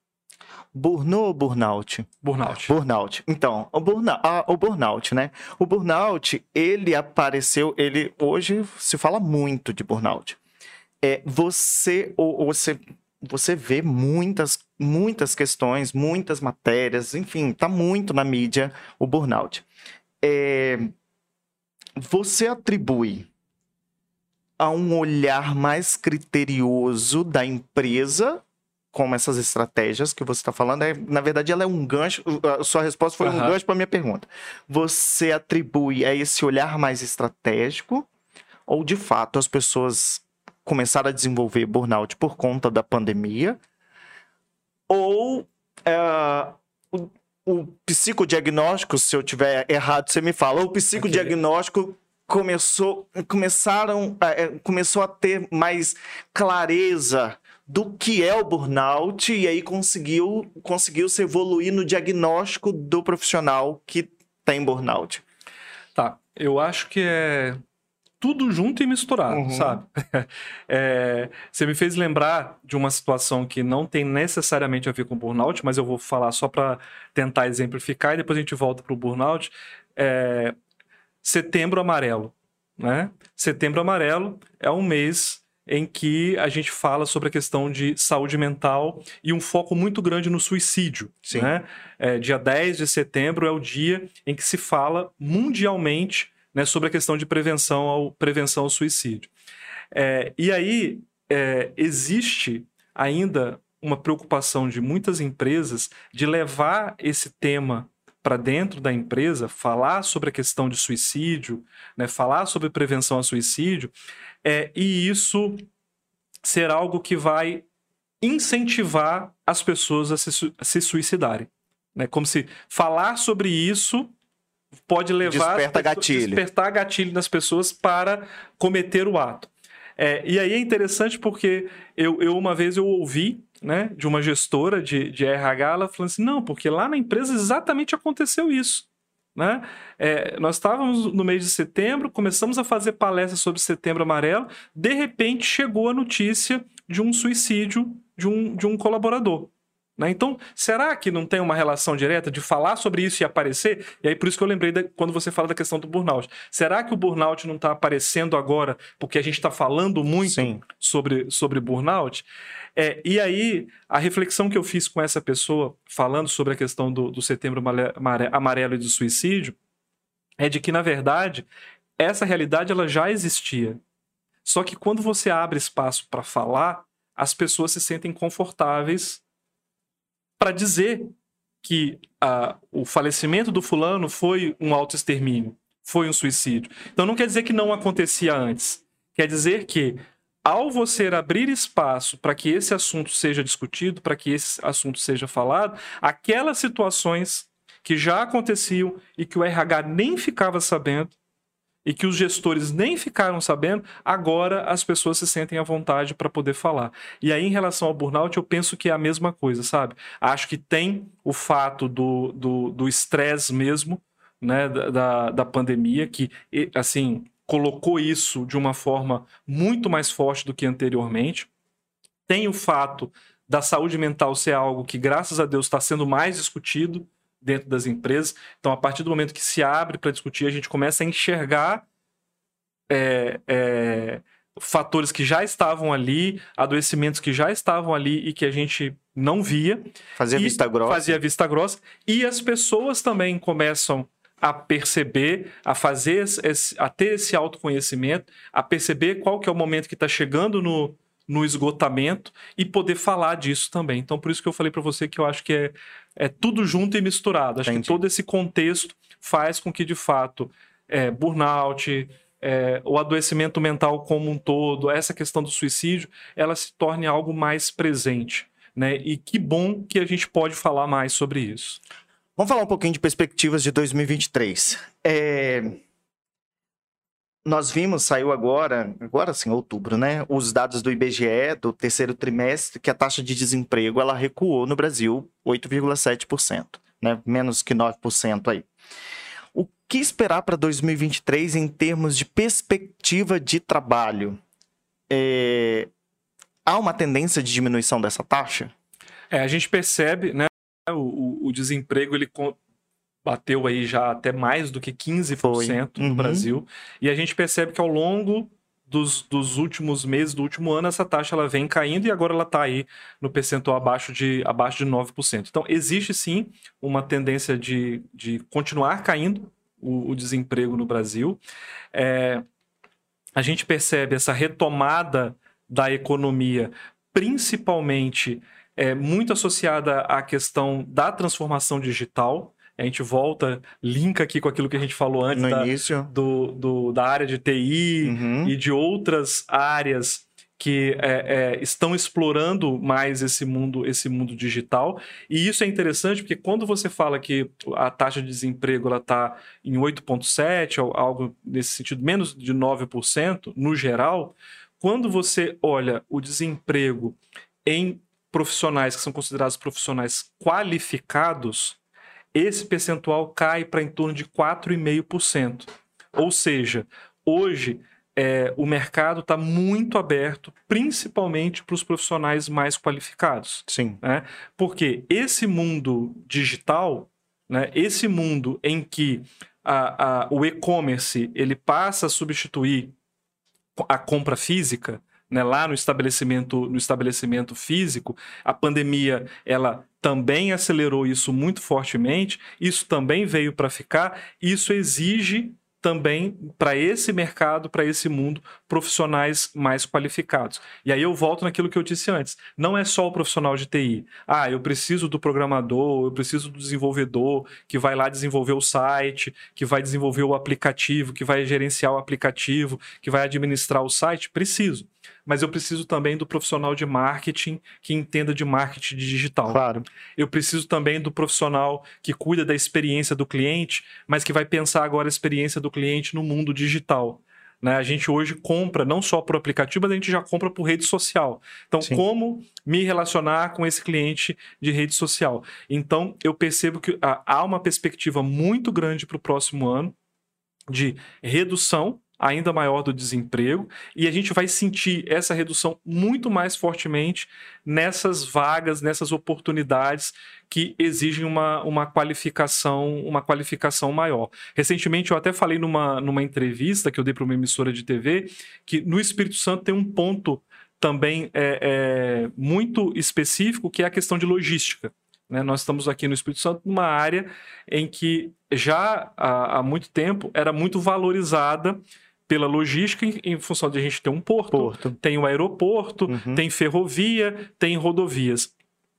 burnout ou burnout? Burnout. Burnout. Então, o, burna... ah, o burnout, né? O burnout, ele apareceu, ele hoje se fala muito de burnout. É, você, ou, ou você... Você vê muitas, muitas questões, muitas matérias, enfim, está muito na mídia o burnout. É, você atribui a um olhar mais criterioso da empresa, como essas estratégias que você está falando, é, na verdade ela é um gancho, a sua resposta foi uhum. um gancho para a minha pergunta. Você atribui a esse olhar mais estratégico ou, de fato, as pessoas começaram a desenvolver burnout por conta da pandemia, ou é, o, o psicodiagnóstico, se eu tiver errado, você me fala, ou o psicodiagnóstico começou, começaram, é, começou a ter mais clareza do que é o burnout e aí conseguiu, conseguiu se evoluir no diagnóstico do profissional que tem burnout? Tá, eu acho que é tudo junto e misturado, Uhum. sabe? É, você me fez lembrar de uma situação que não tem necessariamente a ver com burnout, mas eu vou falar só para tentar exemplificar e depois a gente volta para o burnout. É, Setembro Amarelo, né? Setembro Amarelo é um mês em que a gente fala sobre a questão de saúde mental e um foco muito grande no suicídio. Sim. Né? É, dia dez de setembro é o dia em que se fala mundialmente, né, sobre a questão de prevenção ao, prevenção ao suicídio. É, e aí é, existe ainda uma preocupação de muitas empresas de levar esse tema para dentro da empresa, falar sobre a questão de suicídio, né, falar sobre prevenção ao suicídio, é, e isso ser algo que vai incentivar as pessoas a se, a se suicidarem. Né? Como se falar sobre isso pode levar Desperta gatilho. despertar gatilho nas pessoas para cometer o ato. É, e aí é interessante porque eu, eu uma vez eu ouvi, né, de uma gestora de, de R H, ela falando assim, não, porque lá na empresa exatamente aconteceu isso. Né? É, nós estávamos no mês de setembro, começamos a fazer palestras sobre Setembro Amarelo, de repente chegou a notícia de um suicídio de um, de um colaborador. Né? Então, será que não tem uma relação direta de falar sobre isso e aparecer? E aí, por isso que eu lembrei de, quando você fala da questão do burnout. Será que o burnout não está aparecendo agora porque a gente está falando muito sobre, sobre burnout? É, e aí, a reflexão que eu fiz com essa pessoa, falando sobre a questão do, do Setembro Amarelo e do suicídio, é de que, na verdade, essa realidade ela já existia. Só que quando você abre espaço para falar, as pessoas se sentem confortáveis para dizer que ah, o falecimento do fulano foi um autoextermínio, foi um suicídio. Então não quer dizer que não acontecia antes. Quer dizer que, ao você abrir espaço para que esse assunto seja discutido, para que esse assunto seja falado, aquelas situações que já aconteciam e que o R H nem ficava sabendo, e que os gestores nem ficaram sabendo, agora as pessoas se sentem à vontade para poder falar. E aí, em relação ao burnout, eu penso que é a mesma coisa, sabe? Acho que tem o fato do do, do estresse mesmo, né, da, da pandemia, que, assim, colocou isso de uma forma muito mais forte do que anteriormente. Tem o fato da saúde mental ser algo que, graças a Deus, está sendo mais discutido dentro das empresas. Então, a partir do momento que se abre para discutir, a gente começa a enxergar é, é, fatores que já estavam ali, adoecimentos que já estavam ali e que a gente não via. Fazia vista grossa. Fazia vista grossa. E as pessoas também começam a perceber, a fazer esse, a ter esse autoconhecimento, a perceber qual que é o momento que está chegando no no esgotamento e poder falar disso também. Então, por isso que eu falei para você que eu acho que é, é tudo junto e misturado. Acho Entendi. que todo esse contexto faz com que, de fato, é, burnout, é, o adoecimento mental como um todo, essa questão do suicídio, ela se torne algo mais presente. Né? E que bom que a gente pode falar mais sobre isso. Vamos falar um pouquinho de perspectivas de dois mil e vinte e três. É... Nós vimos, saiu agora, agora sim, outubro, né? Os dados do I B G E do terceiro trimestre, que a taxa de desemprego ela recuou no Brasil oito vírgula sete por cento, né? Menos que nove por cento aí. O que esperar para dois mil e vinte e três em termos de perspectiva de trabalho? É... Há uma tendência de diminuição dessa taxa? É, a gente percebe, né? O, o, o desemprego, ele bateu aí já até mais do que quinze por cento no uhum. Brasil. E a gente percebe que ao longo dos, dos últimos meses, do último ano, essa taxa ela vem caindo e agora ela está aí no percentual abaixo de, abaixo de nove por cento. Então, existe sim uma tendência de, de continuar caindo o, o desemprego no Brasil. É, a gente percebe essa retomada da economia, principalmente é, muito associada à questão da transformação digital. A gente volta, linka aqui com aquilo que a gente falou antes no da, início. Do, do, da área de T I uhum. e de outras áreas que é, é, estão explorando mais esse mundo, esse mundo digital. E isso é interessante porque quando você fala que a taxa de desemprego está em oito vírgula sete por cento, algo nesse sentido, menos de nove por cento no geral, quando você olha o desemprego em profissionais que são considerados profissionais qualificados, esse percentual cai para em torno de quatro vírgula cinco por cento. Ou seja, hoje é, o mercado está muito aberto, principalmente para os profissionais mais qualificados. Sim. Né? Porque esse mundo digital, né, esse mundo em que a, a, o e-commerce ele passa a substituir a compra física, né, lá no estabelecimento, no estabelecimento físico, a pandemia ela também acelerou isso muito fortemente, isso também veio para ficar, isso exige também para esse mercado, para esse mundo, profissionais mais qualificados. E aí eu volto naquilo que eu disse antes, não é só o profissional de T I. Ah, eu preciso do programador, eu preciso do desenvolvedor que vai lá desenvolver o site, que vai desenvolver o aplicativo, que vai gerenciar o aplicativo, que vai administrar o site, preciso. Mas eu preciso também do profissional de marketing que entenda de marketing digital. Claro. Eu preciso também do profissional que cuida da experiência do cliente, mas que vai pensar agora a experiência do cliente no mundo digital. Né? A gente hoje compra não só por aplicativo, mas a gente já compra por rede social. Então, Sim. como me relacionar com esse cliente de rede social? Então, eu percebo que há uma perspectiva muito grande para o próximo ano de redução ainda maior do desemprego, e a gente vai sentir essa redução muito mais fortemente nessas vagas, nessas oportunidades que exigem uma, uma qualificação, uma qualificação maior. Recentemente eu até falei numa, numa entrevista que eu dei para uma emissora de T V que no Espírito Santo tem um ponto também é, é, muito específico, que é a questão de logística. Né? Nós estamos aqui no Espírito Santo numa área em que já há, há muito tempo era muito valorizada pela logística, em, em função de a gente ter um porto, porto. tem o aeroporto, uhum. tem ferrovia, tem rodovias.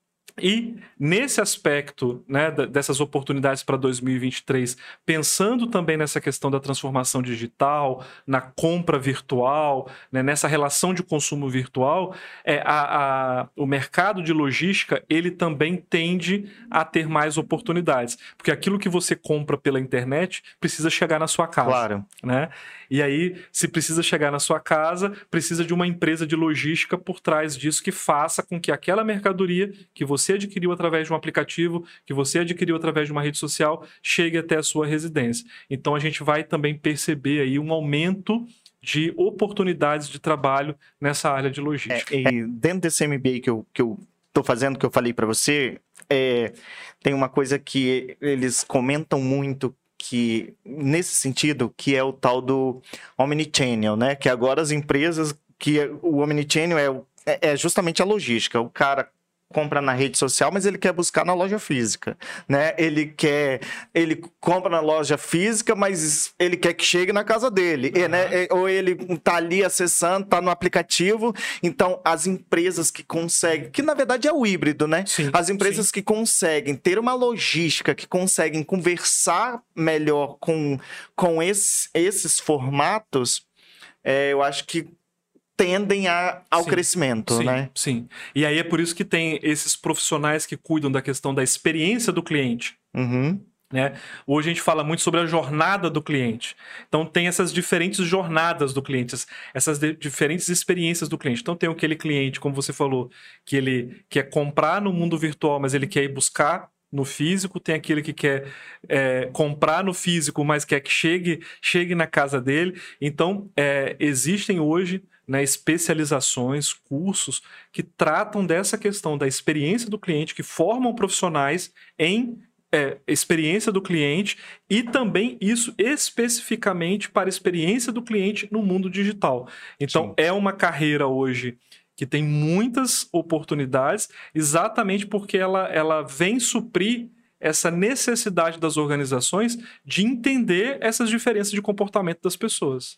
E nesse aspecto, né, dessas oportunidades para dois mil e vinte e três, pensando também nessa questão da transformação digital, na compra virtual, né, nessa relação de consumo virtual, é, a, a, o mercado de logística ele também tende a ter mais oportunidades. Porque aquilo que você compra pela internet precisa chegar na sua casa. Claro. Né? E aí, se precisa chegar na sua casa, precisa de uma empresa de logística por trás disso que faça com que aquela mercadoria que você adquiriu através de um aplicativo, que você adquiriu através de uma rede social, chegue até a sua residência. Então, a gente vai também perceber aí um aumento de oportunidades de trabalho nessa área de logística. É, e dentro desse M B A que eu, que eu tô fazendo, que eu falei para você, é, tem uma coisa que eles comentam muito, que nesse sentido, que é o tal do omnichannel, né? Que agora as empresas, que o omnichannel é, é justamente a logística. O cara compra na rede social, mas ele quer buscar na loja física, né? Ele quer, ele compra na loja física, mas ele quer que chegue na casa dele, uhum. e, né? Ou ele tá ali acessando, tá no aplicativo. Então, as empresas que conseguem, que na verdade é o híbrido, né? Sim, as empresas sim. que conseguem ter uma logística, que conseguem conversar melhor com, com esse, esses formatos, é, eu acho que tendem a, ao sim, crescimento, sim, né? Sim. E aí é por isso que tem esses profissionais que cuidam da questão da experiência do cliente. Uhum. Né? Hoje a gente fala muito sobre a jornada do cliente. Então tem essas diferentes jornadas do cliente, essas de, diferentes experiências do cliente. Então tem aquele cliente, como você falou, que ele quer comprar no mundo virtual, mas ele quer ir buscar no físico, tem aquele que quer é, comprar no físico, mas quer que chegue, chegue na casa dele. Então é, existem hoje, né, especializações, cursos que tratam dessa questão da experiência do cliente, que formam profissionais em é, experiência do cliente e também isso especificamente para a experiência do cliente no mundo digital. Então, Sim. é uma carreira hoje que tem muitas oportunidades, exatamente porque ela, ela vem suprir essa necessidade das organizações de entender essas diferenças de comportamento das pessoas.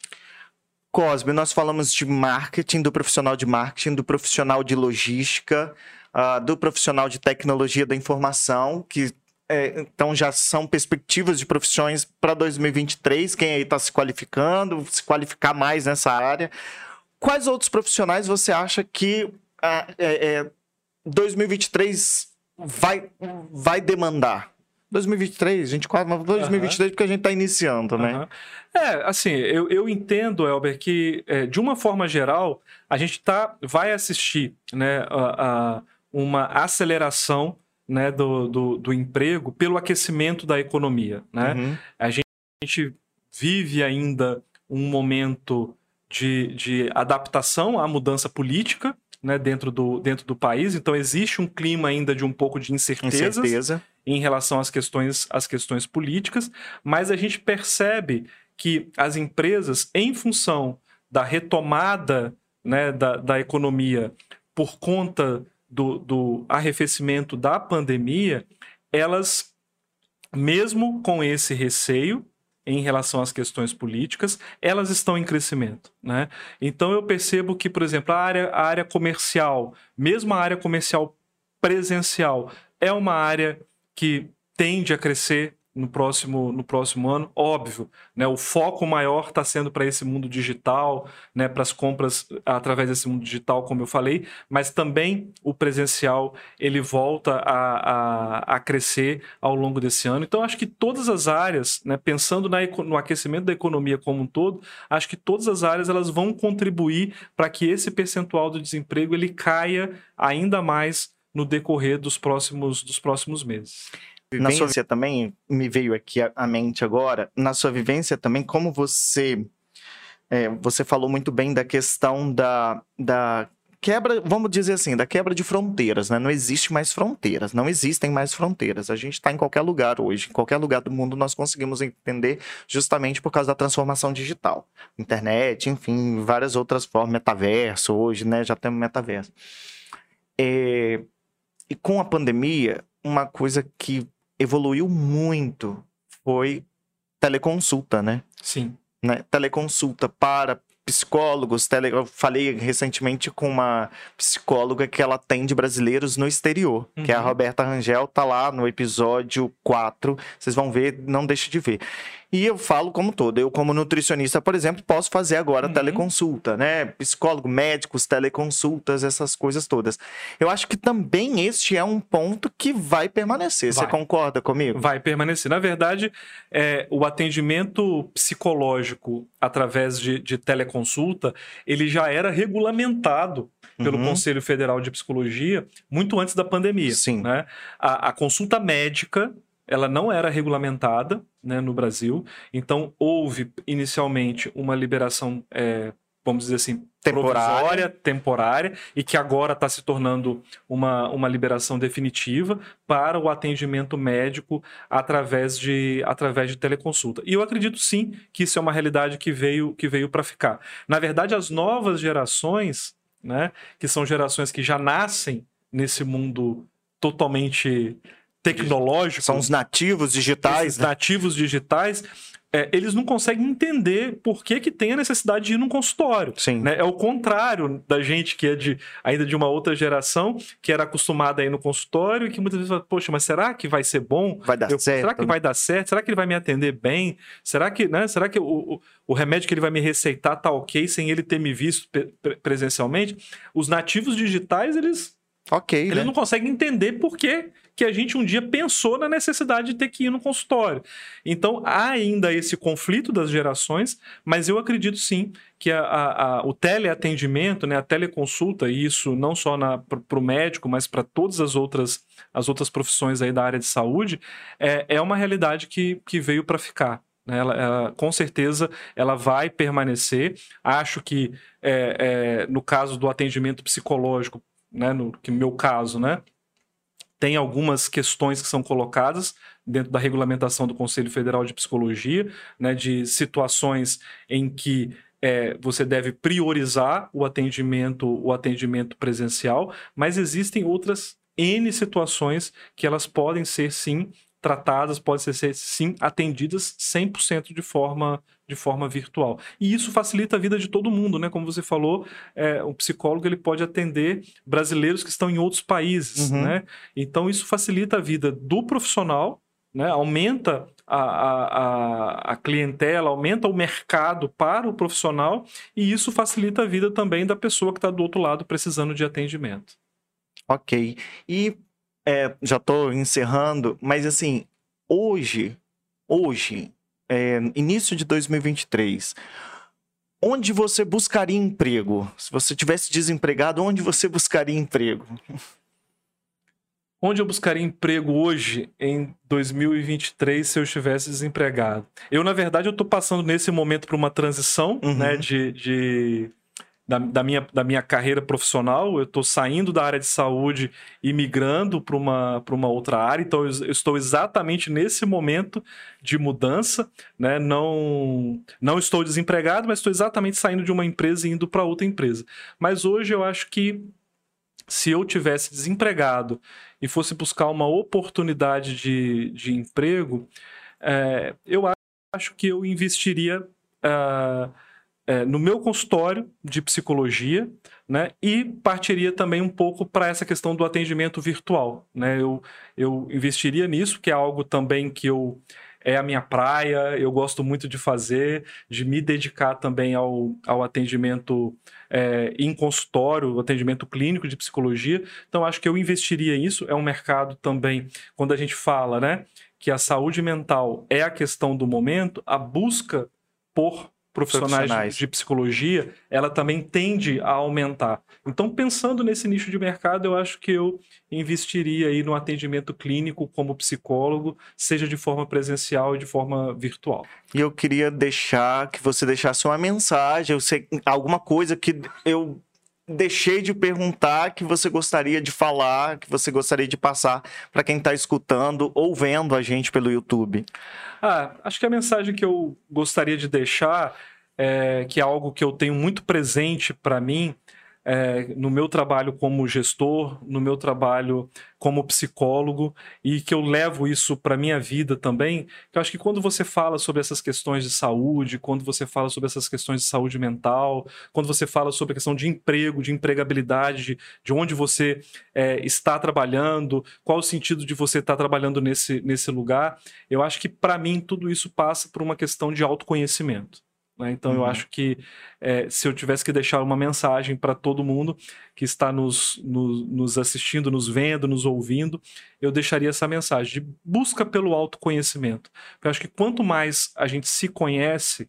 Cosme, nós falamos de marketing, do profissional de marketing, do profissional de logística, uh, do profissional de tecnologia da informação, que é, então já são perspectivas de profissões para dois mil e vinte e três, quem aí está se qualificando, se qualificar mais nessa área. Quais outros profissionais você acha que uh, é, é, dois mil e vinte e três vai, vai demandar? dois mil e vinte e três, vinte e quatro, mas dois mil e vinte e três porque a gente está iniciando, né? Uhum. É, assim, eu, eu entendo, Elber, que é, de uma forma geral, a gente tá, vai assistir, né, a, a uma aceleração, né, do, do, do emprego pelo aquecimento da economia, né? Uhum. A gente, a gente vive ainda um momento de, de adaptação à mudança política, né, dentro do, dentro do país, então existe um clima ainda de um pouco de incertezas Incerteza. em relação às questões, às questões políticas, mas a gente percebe que as empresas, em função da retomada, né, da, da economia por conta do, do arrefecimento da pandemia, elas, mesmo com esse receio em relação às questões políticas, elas estão em crescimento, né? Então eu percebo que, por exemplo, a área, a área comercial, mesmo a área comercial presencial, é uma área que tende a crescer no próximo, no próximo ano, óbvio, né? O foco maior está sendo para esse mundo digital, né? Para as compras através desse mundo digital, como eu falei, mas também o presencial ele volta a, a, a crescer ao longo desse ano. Então, acho que todas as áreas, né? Pensando na, no aquecimento da economia como um todo, acho que todas as áreas elas vão contribuir para que esse percentual do desemprego ele caia ainda mais no decorrer dos próximos, dos próximos meses. Na sua vivência também, me veio aqui à mente agora, na sua vivência também, como você, é, você falou muito bem da questão da, da quebra, vamos dizer assim, da quebra de fronteiras, né? Não existe mais fronteiras, não existem mais fronteiras. A gente está em qualquer lugar hoje, em qualquer lugar do mundo nós conseguimos entender justamente por causa da transformação digital. Internet, enfim, várias outras formas, metaverso hoje, né? Já temos metaverso. É, e com a pandemia, uma coisa que evoluiu muito foi teleconsulta, né? Sim. Né? Teleconsulta para psicólogos. Tele... Eu falei recentemente com uma psicóloga que ela atende brasileiros no exterior, uhum. que é a Roberta Rangel, tá lá no episódio quatro. Vocês vão ver, não deixe de ver. E eu falo como todo. Eu, como nutricionista, por exemplo, posso fazer agora uhum. teleconsulta, né? Psicólogo, médicos, teleconsultas, essas coisas todas. Eu acho que também este é um ponto que vai permanecer. Vai. Você concorda comigo? Vai permanecer. Na verdade, é, o atendimento psicológico através de, de teleconsulta, ele já era regulamentado pelo uhum. Conselho Federal de Psicologia muito antes da pandemia. Sim. Né? A, a consulta médica, ela não era regulamentada, né, no Brasil. Então, houve inicialmente uma liberação, é, vamos dizer assim, temporária. provisória, temporária, e que agora está se tornando uma, uma liberação definitiva para o atendimento médico através de, através de teleconsulta. E eu acredito sim que isso é uma realidade que veio, que veio para ficar. Na verdade, as novas gerações, né, que são gerações que já nascem nesse mundo totalmente tecnológico. São os nativos digitais. Os né? nativos digitais, é, eles não conseguem entender por que, que tem a necessidade de ir num consultório. Sim. Né? É o contrário da gente que é de, ainda de uma outra geração, que era acostumada a ir no consultório e que muitas vezes fala, poxa, mas será que vai ser bom? Vai dar Eu, certo? Será que vai dar certo? Será que ele vai me atender bem? Será que, né? Será que o, o, o remédio que ele vai me receitar tá ok sem ele ter me visto pre- presencialmente? Os nativos digitais, eles... Ok, Eles né? não conseguem entender por que, que a gente um dia pensou na necessidade de ter que ir no consultório. Então, há ainda esse conflito das gerações, mas eu acredito sim que a, a, a, o teleatendimento, né, a teleconsulta, e isso não só para o médico, mas para todas as outras, as outras profissões aí da área de saúde, é, é uma realidade que, que veio para ficar. Ela, ela, com certeza ela vai permanecer. Acho que, é, é, no caso do atendimento psicológico, né, no que meu caso, né, tem algumas questões que são colocadas dentro da regulamentação do Conselho Federal de Psicologia, né, de situações em que é, você deve priorizar o atendimento, o atendimento presencial, mas existem outras N situações que elas podem ser, sim, tratadas, podem ser, sim, atendidas cem por cento de forma... de forma virtual. E isso facilita a vida de todo mundo, né? Como você falou, é, o psicólogo ele pode atender brasileiros que estão em outros países, uhum. né? Então, isso facilita a vida do profissional, né? Aumenta a, a, a, a clientela, aumenta o mercado para o profissional e isso facilita a vida também da pessoa que está do outro lado precisando de atendimento. Ok. E é, já estou encerrando, mas assim, hoje, hoje, é, início de dois mil e vinte e três, onde você buscaria emprego? Se você tivesse desempregado, onde você buscaria emprego? Onde eu buscaria emprego hoje, em dois mil e vinte e três, se eu estivesse desempregado? Eu, na verdade, eu estou passando nesse momento por uma transição, Uhum. né, de, de, da, da, minha, da minha carreira profissional. Eu estou saindo da área de saúde e migrando para uma, para uma outra área. Então, eu, eu estou exatamente nesse momento de mudança, né? Não, não estou desempregado, mas estou exatamente saindo de uma empresa e indo para outra empresa. Mas hoje eu acho que se eu tivesse desempregado e fosse buscar uma oportunidade de, de emprego, é, eu acho que eu investiria é, é, no meu consultório de psicologia, né, e partiria também um pouco para essa questão do atendimento virtual, né? Eu, eu investiria nisso, que é algo também que eu... é a minha praia, eu gosto muito de fazer, de me dedicar também ao, ao atendimento é, em consultório, o atendimento clínico de psicologia. Então, acho que eu investiria nisso. É um mercado também, quando a gente fala, né, que a saúde mental é a questão do momento, a busca por profissionais, profissionais. De, de psicologia, ela também tende a aumentar. Então, pensando nesse nicho de mercado, eu acho que eu investiria aí no atendimento clínico como psicólogo, seja de forma presencial e de forma virtual. E eu queria deixar que você deixasse uma mensagem, eu sei, alguma coisa que eu deixei de perguntar, que você gostaria de falar, que você gostaria de passar para quem está escutando ou vendo a gente pelo YouTube. Ah, acho que a mensagem que eu gostaria de deixar, é, que é algo que eu tenho muito presente para mim, É, no meu trabalho como gestor, no meu trabalho como psicólogo, e que eu levo isso para minha vida também, que eu acho que quando você fala sobre essas questões de saúde, quando você fala sobre essas questões de saúde mental, quando você fala sobre a questão de emprego, de empregabilidade, de, de onde você é, está trabalhando, qual o sentido de você estar trabalhando nesse, nesse lugar, eu acho que para mim tudo isso passa por uma questão de autoconhecimento. Então, uhum. eu acho que é, se eu tivesse que deixar uma mensagem para todo mundo que está nos, nos, nos assistindo, nos vendo, nos ouvindo, eu deixaria essa mensagem de busca pelo autoconhecimento. Eu acho que quanto mais a gente se conhece,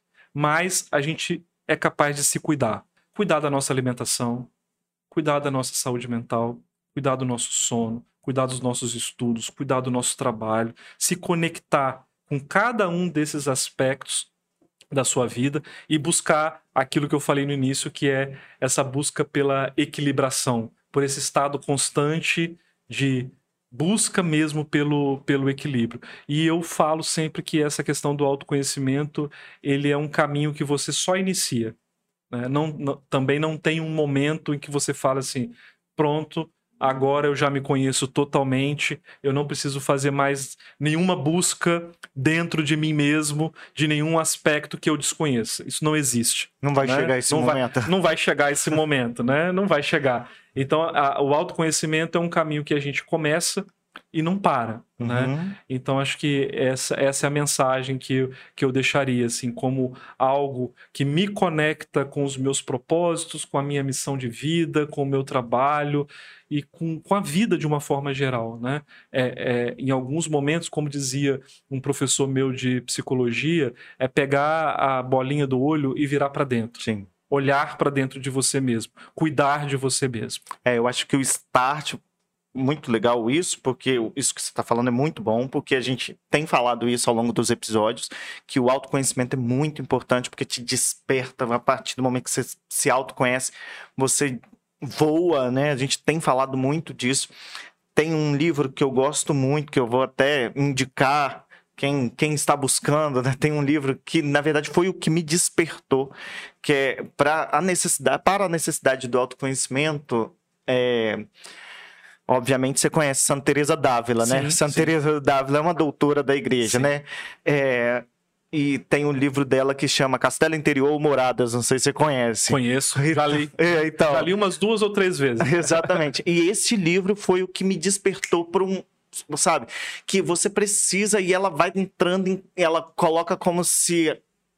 mais a gente é capaz de se cuidar. Cuidar da nossa alimentação, cuidar da nossa saúde mental, cuidar do nosso sono, cuidar dos nossos estudos, cuidar do nosso trabalho, se conectar com cada um desses aspectos da sua vida e buscar aquilo que eu falei no início, que é essa busca pela equilibração, por esse estado constante de busca mesmo pelo, pelo equilíbrio. E eu falo sempre que essa questão do autoconhecimento, ele é um caminho que você só inicia, né? Não, não, também não tem um momento em que você fala assim, pronto, agora eu já me conheço totalmente, eu não preciso fazer mais nenhuma busca dentro de mim mesmo, de nenhum aspecto que eu desconheça. Isso não existe. Não vai né? chegar esse não momento. Vai, não vai chegar esse momento, né? Não vai chegar. Então, a, o autoconhecimento é um caminho que a gente começa e não para, uhum. né? Então, acho que essa, essa é a mensagem que eu, que eu deixaria, assim, como algo que me conecta com os meus propósitos, com a minha missão de vida, com o meu trabalho e com, com a vida de uma forma geral, né? É, é, em alguns momentos, como dizia um professor meu de psicologia, é pegar a bolinha do olho e virar para dentro. Sim. Olhar para dentro de você mesmo, cuidar de você mesmo. É, eu acho que o start... Muito legal isso, porque isso que você está falando é muito bom, porque a gente tem falado isso ao longo dos episódios, que o autoconhecimento é muito importante, porque te desperta a partir do momento que você se autoconhece, você voa, né? A gente tem falado muito disso. Tem um livro que eu gosto muito, que eu vou até indicar quem, quem está buscando, né? Tem um livro que, na verdade, foi o que me despertou, que é para a necessidade, para a necessidade do autoconhecimento, é... Obviamente você conhece Santa Teresa d'Ávila, né? Sim, Santa sim. Teresa d'Ávila é uma doutora da igreja, Sim. né? É, e tem um livro dela que chama Castelo Interior ou Moradas, não sei se você conhece. Conheço, já li. É, então, já li umas duas ou três vezes. Exatamente. E esse livro foi o que me despertou para um... Sabe? Que você precisa e ela vai entrando, em, ela coloca como se...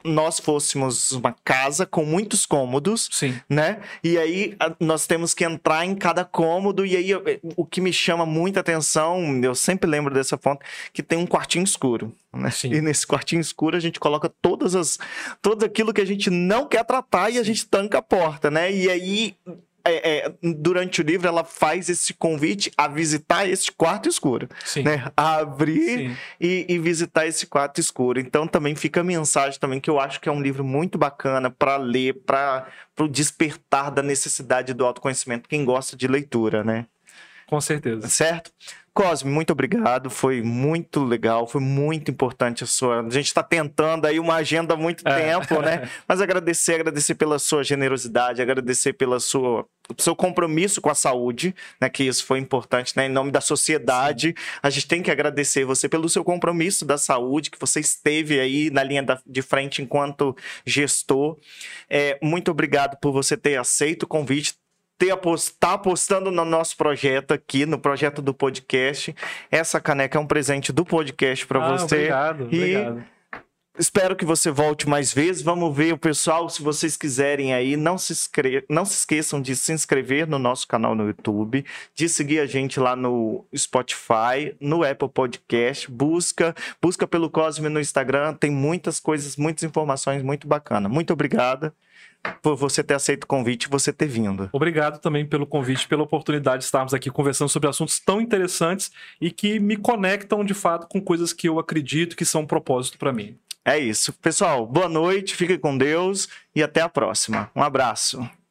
nós fôssemos uma casa com muitos cômodos, Sim. né? E aí a, nós temos que entrar em cada cômodo, e aí eu, o que me chama muita atenção, eu sempre lembro dessa fonte, que tem um quartinho escuro, né? Sim. E nesse quartinho escuro a gente coloca todas as, tudo aquilo que a gente não quer tratar e a gente tranca a porta, né? E aí... É, é, durante o livro, ela faz esse convite a visitar esse quarto escuro. Sim. Né? A abrir e, e visitar esse quarto escuro. Então, também fica a mensagem também que eu acho que é um livro muito bacana para ler, para o despertar da necessidade do autoconhecimento. Quem gosta de leitura, né? Com certeza. Certo? Cosme, muito obrigado, foi muito legal, foi muito importante a sua... A gente está tentando aí uma agenda há muito É. tempo, né? Mas agradecer, agradecer pela sua generosidade, agradecer pela sua... seu compromisso com a saúde, né? Que isso foi importante, né? Em nome da sociedade, sim, a gente tem que agradecer você pelo seu compromisso da saúde, que você esteve aí na linha da, de frente enquanto gestor. É, muito obrigado por você ter aceito o convite, ter apost... tá apostando no nosso projeto aqui, no projeto do podcast. Essa caneca é um presente do podcast para ah, você. Obrigado, e... obrigado. Espero que você volte mais vezes. Vamos ver o pessoal, se vocês quiserem aí, não se, inscre... não se esqueçam de se inscrever no nosso canal no YouTube, de seguir a gente lá no Spotify, no Apple Podcast, busca, busca pelo Cosme no Instagram, tem muitas coisas, muitas informações muito bacanas. Muito obrigada por você ter aceito o convite e você ter vindo. Obrigado também pelo convite, pela oportunidade de estarmos aqui conversando sobre assuntos tão interessantes e que me conectam de fato com coisas que eu acredito que são um propósito para mim. É isso. Pessoal, boa noite, fiquem com Deus e até a próxima. Um abraço.